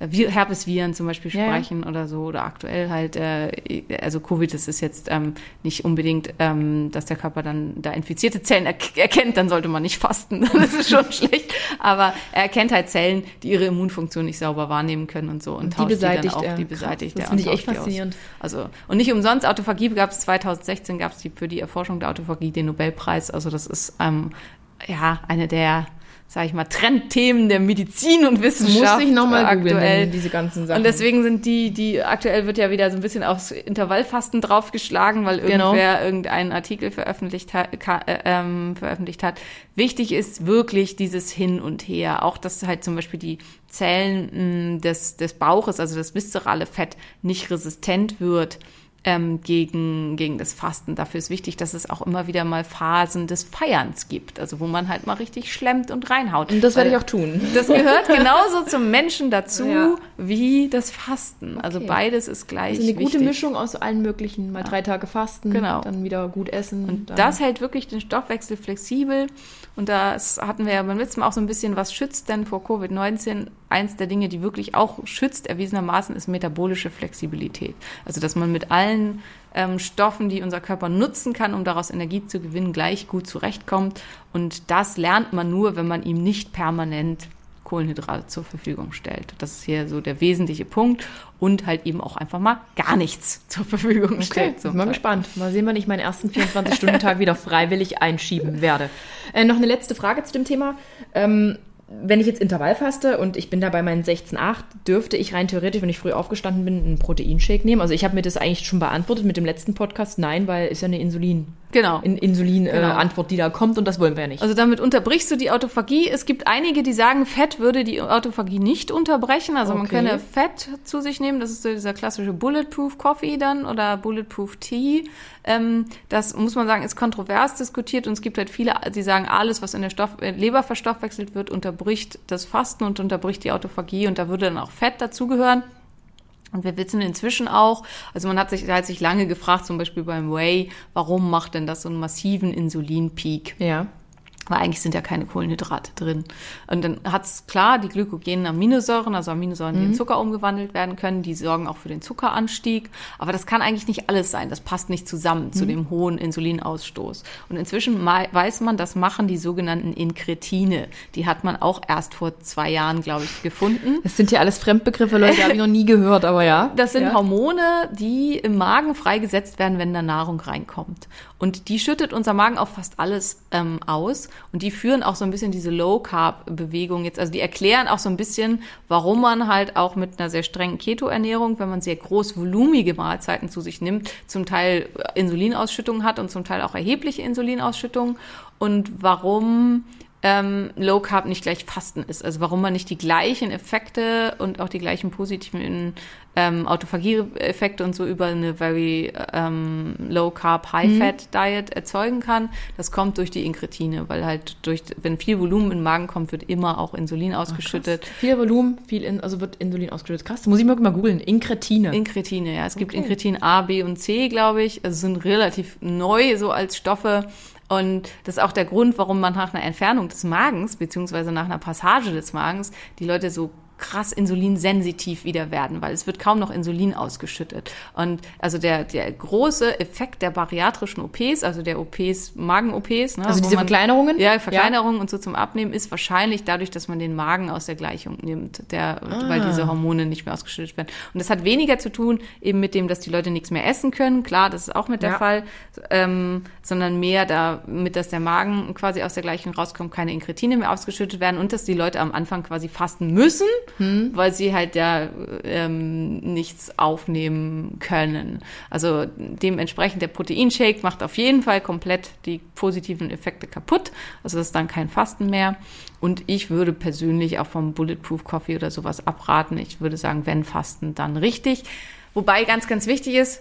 Herpesviren zum Beispiel sprechen ja, ja. oder so, oder aktuell halt, äh, also Covid, das ist jetzt ähm, nicht unbedingt, ähm, dass der Körper dann da infizierte Zellen er- erkennt, dann sollte man nicht fasten, das ist schon schlecht, aber er erkennt halt Zellen, die ihre Immunfunktion nicht sauber wahrnehmen können und so und, und tauscht die, die dann auch, er. die beseitigt Krass, er. Das finde ich echt faszinierend. Also, und nicht umsonst, Autophagie gab es zwanzig sechzehn, gab es die, für die Erforschung der Autophagie den Nobelpreis, also das ist ähm, ja eine der, sag ich mal, Trendthemen der Medizin und Wissenschaft. Muss ich nochmal aktuell diese ganzen Sachen. Und deswegen sind die, die aktuell wird ja wieder so ein bisschen aufs Intervallfasten draufgeschlagen, weil genau. irgendwer irgendeinen Artikel veröffentlicht hat, äh, ähm, veröffentlicht hat. Wichtig ist wirklich dieses Hin und Her. Auch, dass halt zum Beispiel die Zellen mh, des, des Bauches, also das viszerale Fett, nicht resistent wird Ähm, gegen, gegen das Fasten. Dafür ist wichtig, dass es auch immer wieder mal Phasen des Feierns gibt, also wo man halt mal richtig schlemmt und reinhaut. Und das werde ich auch tun. Das gehört genauso zum Menschen dazu, ja. wie das Fasten. Also okay. beides ist gleich also eine wichtig. gute Mischung aus allen möglichen, mal ja. drei Tage fasten, genau. dann wieder gut essen. Und dann das hält wirklich den Stoffwechsel flexibel. Und das hatten wir ja beim letzten Mal auch so ein bisschen, was schützt denn vor Covid neunzehn? Eins der Dinge, die wirklich auch schützt, erwiesenermaßen, ist metabolische Flexibilität. Also, dass man mit allen ähm, Stoffen, die unser Körper nutzen kann, um daraus Energie zu gewinnen, gleich gut zurechtkommt. Und das lernt man nur, wenn man ihm nicht permanent Kohlenhydrate zur Verfügung stellt. Das ist hier so der wesentliche Punkt. Und halt eben auch einfach mal gar nichts zur Verfügung okay, stellt. So. Bin mal gespannt. Mal sehen, wann ich meinen ersten vierundzwanzig-Stunden-Tag wieder freiwillig einschieben werde. Äh, noch eine letzte Frage zu dem Thema. Ähm, wenn ich jetzt Intervall faste und ich bin da bei meinen sechzehn Komma acht, dürfte ich rein theoretisch, wenn ich früh aufgestanden bin, einen Proteinshake nehmen? Also ich habe mir das eigentlich schon beantwortet mit dem letzten Podcast. Nein, weil ist ja eine Insulin. Genau. In Insulin-Antwort, genau. äh, die da kommt und das wollen wir ja nicht. Also damit unterbrichst du die Autophagie. Es gibt einige, die sagen, Fett würde die Autophagie nicht unterbrechen. Also okay. man könne Fett zu sich nehmen. Das ist so dieser klassische Bulletproof Coffee dann oder Bulletproof Tea. Ähm, das muss man sagen, ist kontrovers diskutiert und es gibt halt viele, die sagen, alles, was in der Stoff- Leber verstoffwechselt wird, unterbricht das Fasten und unterbricht die Autophagie und da würde dann auch Fett dazugehören. Und wir wissen inzwischen auch, also man hat sich, hat sich lange gefragt, zum Beispiel beim Whey, warum macht denn das so einen massiven Insulinpeak? Ja. Weil eigentlich sind ja keine Kohlenhydrate drin. Und dann hat's klar die glykogenen Aminosäuren, also Aminosäuren, die mhm. in Zucker umgewandelt werden können, die sorgen auch für den Zuckeranstieg. Aber das kann eigentlich nicht alles sein. Das passt nicht zusammen mhm. zu dem hohen Insulinausstoß. Und inzwischen weiß man, das machen die sogenannten Inkretine. Die hat man auch erst vor zwei Jahren, glaube ich, gefunden. Das sind ja alles Fremdbegriffe, Leute, die habe ich noch nie gehört, aber ja. Das sind ja. Hormone, die im Magen freigesetzt werden, wenn da Nahrung reinkommt. Und die schüttet unser Magen auf fast alles ähm, aus. Und die führen auch so ein bisschen diese Low-Carb-Bewegung jetzt. Also die erklären auch so ein bisschen, warum man halt auch mit einer sehr strengen Keto-Ernährung, wenn man sehr groß volumige Mahlzeiten zu sich nimmt, zum Teil Insulinausschüttung hat und zum Teil auch erhebliche Insulinausschüttung. Und warum ähm, Low Carb nicht gleich Fasten ist. Also warum man nicht die gleichen Effekte und auch die gleichen positiven ähm, Autophagie-Effekte und so über eine very ähm, Low Carb, High Fat Diet erzeugen kann. Das kommt durch die Inkretine, weil halt durch, wenn viel Volumen in den Magen kommt, wird immer auch Insulin ausgeschüttet. Ach, viel Volumen, viel in, also wird Insulin ausgeschüttet. Krass, muss ich mal googeln. Inkretine. Inkretine, ja. Es gibt okay. Inkretin A, B und C, glaube ich. Also sind relativ neu so als Stoffe. Und das ist auch der Grund, warum man nach einer Entfernung des Magens, beziehungsweise nach einer Passage des Magens, die Leute so krass insulinsensitiv wieder werden, weil es wird kaum noch Insulin ausgeschüttet. Und also der der große Effekt der bariatrischen O Ps, also der O Ps, Magen-O Ps, ne, also diese man, Verkleinerungen? Ja, Verkleinerungen ja. und so zum Abnehmen ist wahrscheinlich dadurch, dass man den Magen aus der Gleichung nimmt, der, ah. weil diese Hormone nicht mehr ausgeschüttet werden. Und das hat weniger zu tun eben mit dem, dass die Leute nichts mehr essen können, klar, das ist auch mit der ja. Fall, ähm, sondern mehr damit, dass der Magen quasi aus der Gleichung rauskommt, keine Inkretine mehr ausgeschüttet werden und dass die Leute am Anfang quasi fasten müssen, Hm. weil sie halt ja ähm, nichts aufnehmen können. Also dementsprechend der Proteinshake macht auf jeden Fall komplett die positiven Effekte kaputt. Also das ist dann kein Fasten mehr. Und ich würde persönlich auch vom Bulletproof Coffee oder sowas abraten. Ich würde sagen, wenn Fasten, dann richtig. Wobei ganz, ganz wichtig ist,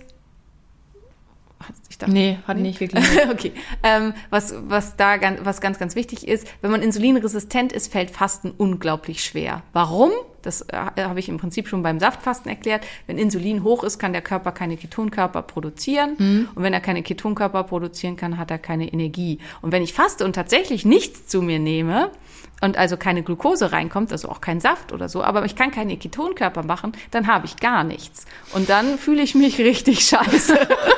Ich dachte, nee, hat nee. nicht wirklich. Okay. Ähm, was, was da ganz, was ganz, ganz wichtig ist, wenn man insulinresistent ist, fällt Fasten unglaublich schwer. Warum? Das äh, habe ich im Prinzip schon beim Saftfasten erklärt. Wenn Insulin hoch ist, kann der Körper keine Ketonkörper produzieren. Mhm. Und wenn er keine Ketonkörper produzieren kann, hat er keine Energie. Und wenn ich faste und tatsächlich nichts zu mir nehme, und also keine Glucose reinkommt, also auch kein Saft oder so, aber ich kann keine Ketonkörper machen, dann habe ich gar nichts. Und dann fühle ich mich richtig scheiße.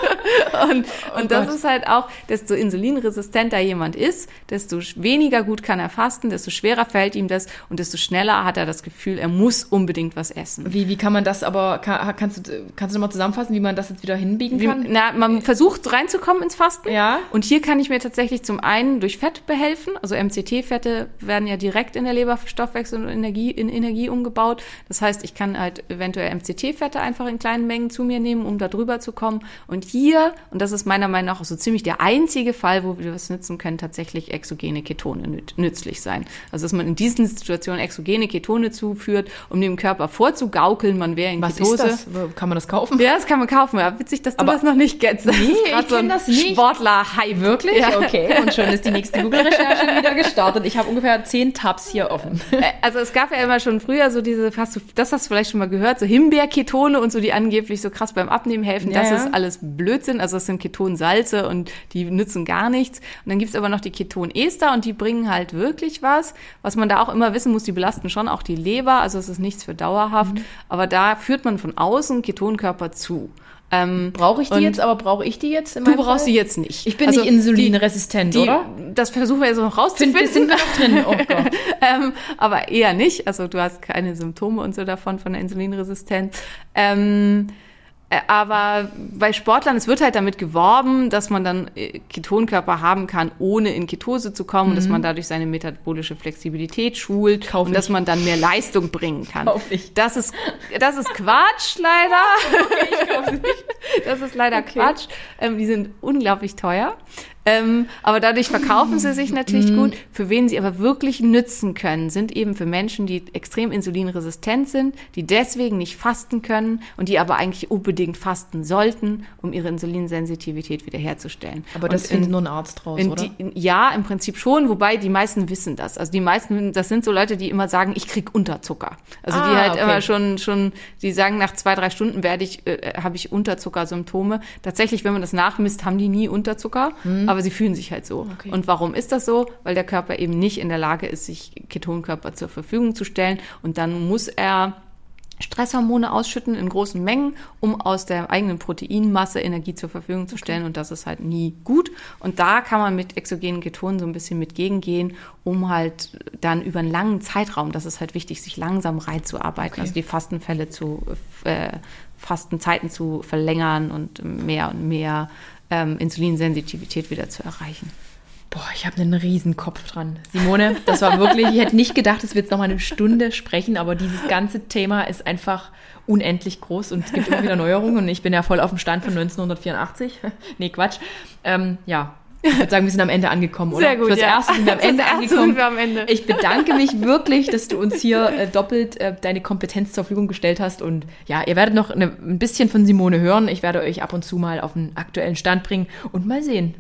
und oh und das Gott. ist halt auch, desto insulinresistenter jemand ist, desto weniger gut kann er fasten, desto schwerer fällt ihm das und desto schneller hat er das Gefühl, er muss unbedingt was essen. Wie, wie kann man das aber, kann, kannst du, kannst du nochmal zusammenfassen, wie man das jetzt wieder hinbiegen Wie, kann? na, man versucht reinzukommen ins Fasten. Ja. Und hier kann ich mir tatsächlich zum einen durch Fett behelfen. Also M C T-Fette werden ja direkt in der Leber für Stoffwechsel und Energie, in Energie umgebaut. Das heißt, ich kann halt eventuell M C T-Fette einfach in kleinen Mengen zu mir nehmen, um da drüber zu kommen. Und hier, und das ist meiner Meinung nach auch so ziemlich der einzige Fall, wo wir das nutzen können, tatsächlich exogene Ketone nüt- nützlich sein. Also, dass man in diesen Situationen exogene Ketone zuführt, um dem Körper vorzugaukeln, man wäre in Was Ketose. ist das? Kann man das kaufen? Ja, das kann man kaufen. Ja, witzig, dass du Aber- das noch nicht kennst. Das Nee, ist ich grad so kenn ein das nicht. Sportler-Hype. Wirklich? Ja. Okay. Und schon ist die nächste Google-Recherche wieder gestartet. Ich habe ungefähr zehn Tabs hier offen. Also es gab ja immer schon früher so diese, hast du, das hast du vielleicht schon mal gehört, so Himbeerketone und so, die angeblich so krass beim Abnehmen helfen. Ja, das ja. ist alles Blödsinn. Also das sind Ketonsalze und die nützen gar nichts. Und dann gibt's aber noch die Ketonester und die bringen halt wirklich was. Was man da auch immer wissen muss, die belasten schon auch die Leber. Also es ist nichts für dauerhaft. Mhm. Aber da führt man von außen Ketonkörper zu. Ähm, Brauche ich die und jetzt, aber brauche ich die jetzt in Du meinem brauchst Fall? sie jetzt nicht. Ich bin Also nicht insulinresistent, die, oder? Das versuchen wir jetzt noch Find, rauszufinden. wir sind noch drin. Oh Gott. ähm, aber eher nicht. Also du hast keine Symptome und so davon von der Insulinresistenz. Ähm, äh, aber bei Sportlern, es wird halt damit geworben, dass man dann äh, Ketonkörper haben kann, ohne in Ketose zu kommen, mhm. dass man dadurch seine metabolische Flexibilität schult Kauf und ich. dass man dann mehr Leistung bringen kann. Kauf ich. Das ist, das ist Quatsch, leider. Okay, ich kaufe sie nicht. Das ist leider Okay. Quatsch. Ähm, die sind unglaublich teuer. Ähm, aber dadurch verkaufen sie sich natürlich gut. Für wen sie aber wirklich nützen können, sind eben für Menschen, die extrem insulinresistent sind, die deswegen nicht fasten können und die aber eigentlich unbedingt fasten sollten, um ihre Insulinsensitivität wiederherzustellen. Aber das Und findet in- nur ein Arzt raus, in oder? die, in, ja, im Prinzip schon, wobei die meisten wissen das. Also die meisten, das sind so Leute, die immer sagen, ich krieg Unterzucker. Also die Ah, halt okay. immer schon, schon, die sagen, nach zwei, drei Stunden werde ich, äh, habe ich Unterzuckersymptome. Tatsächlich, wenn man das nachmisst, haben die nie Unterzucker, aber sie fühlen sich halt so. Okay. Und warum ist das so? Weil der Körper eben nicht in der Lage ist, sich Ketonkörper zur Verfügung zu stellen und dann muss er Stresshormone ausschütten in großen Mengen, um aus der eigenen Proteinmasse Energie zur Verfügung zu stellen. Und das ist halt nie gut. Und da kann man mit exogenen Ketonen so ein bisschen mit gegengehen, um halt dann über einen langen Zeitraum, das ist halt wichtig, sich langsam reinzuarbeiten, Okay. also die Fastenfälle zu, äh, Fastenzeiten zu verlängern und mehr und mehr ähm, Insulinsensitivität wieder zu erreichen. Boah, ich habe einen riesen Kopf dran. Simone, das war wirklich, ich hätte nicht gedacht, dass wir jetzt noch mal eine Stunde sprechen, aber dieses ganze Thema ist einfach unendlich groß und es gibt immer wieder Neuerungen und ich bin ja voll auf dem Stand von neunzehnhundertvierundachtzig. Nee, Quatsch. Ähm, ja, ich würde sagen, wir sind am Ende angekommen, oder? Sehr gut, Fürs ja. Erste sind wir am Fürs Ende Erste angekommen. sind wir am Ende. Ich bedanke mich wirklich, dass du uns hier äh, doppelt äh, deine Kompetenz zur Verfügung gestellt hast und ja, ihr werdet noch eine, ein bisschen von Simone hören. Ich werde euch ab und zu mal auf einen aktuellen Stand bringen und mal sehen,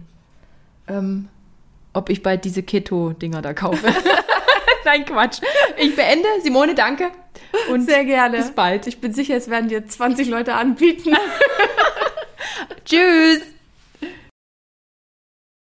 ähm, ob ich bald diese Keto-Dinger da kaufe. Nein, Quatsch. Ich beende. Simone, danke. Und Sehr gerne. bis bald. Ich bin sicher, es werden dir zwanzig Leute anbieten. Tschüss.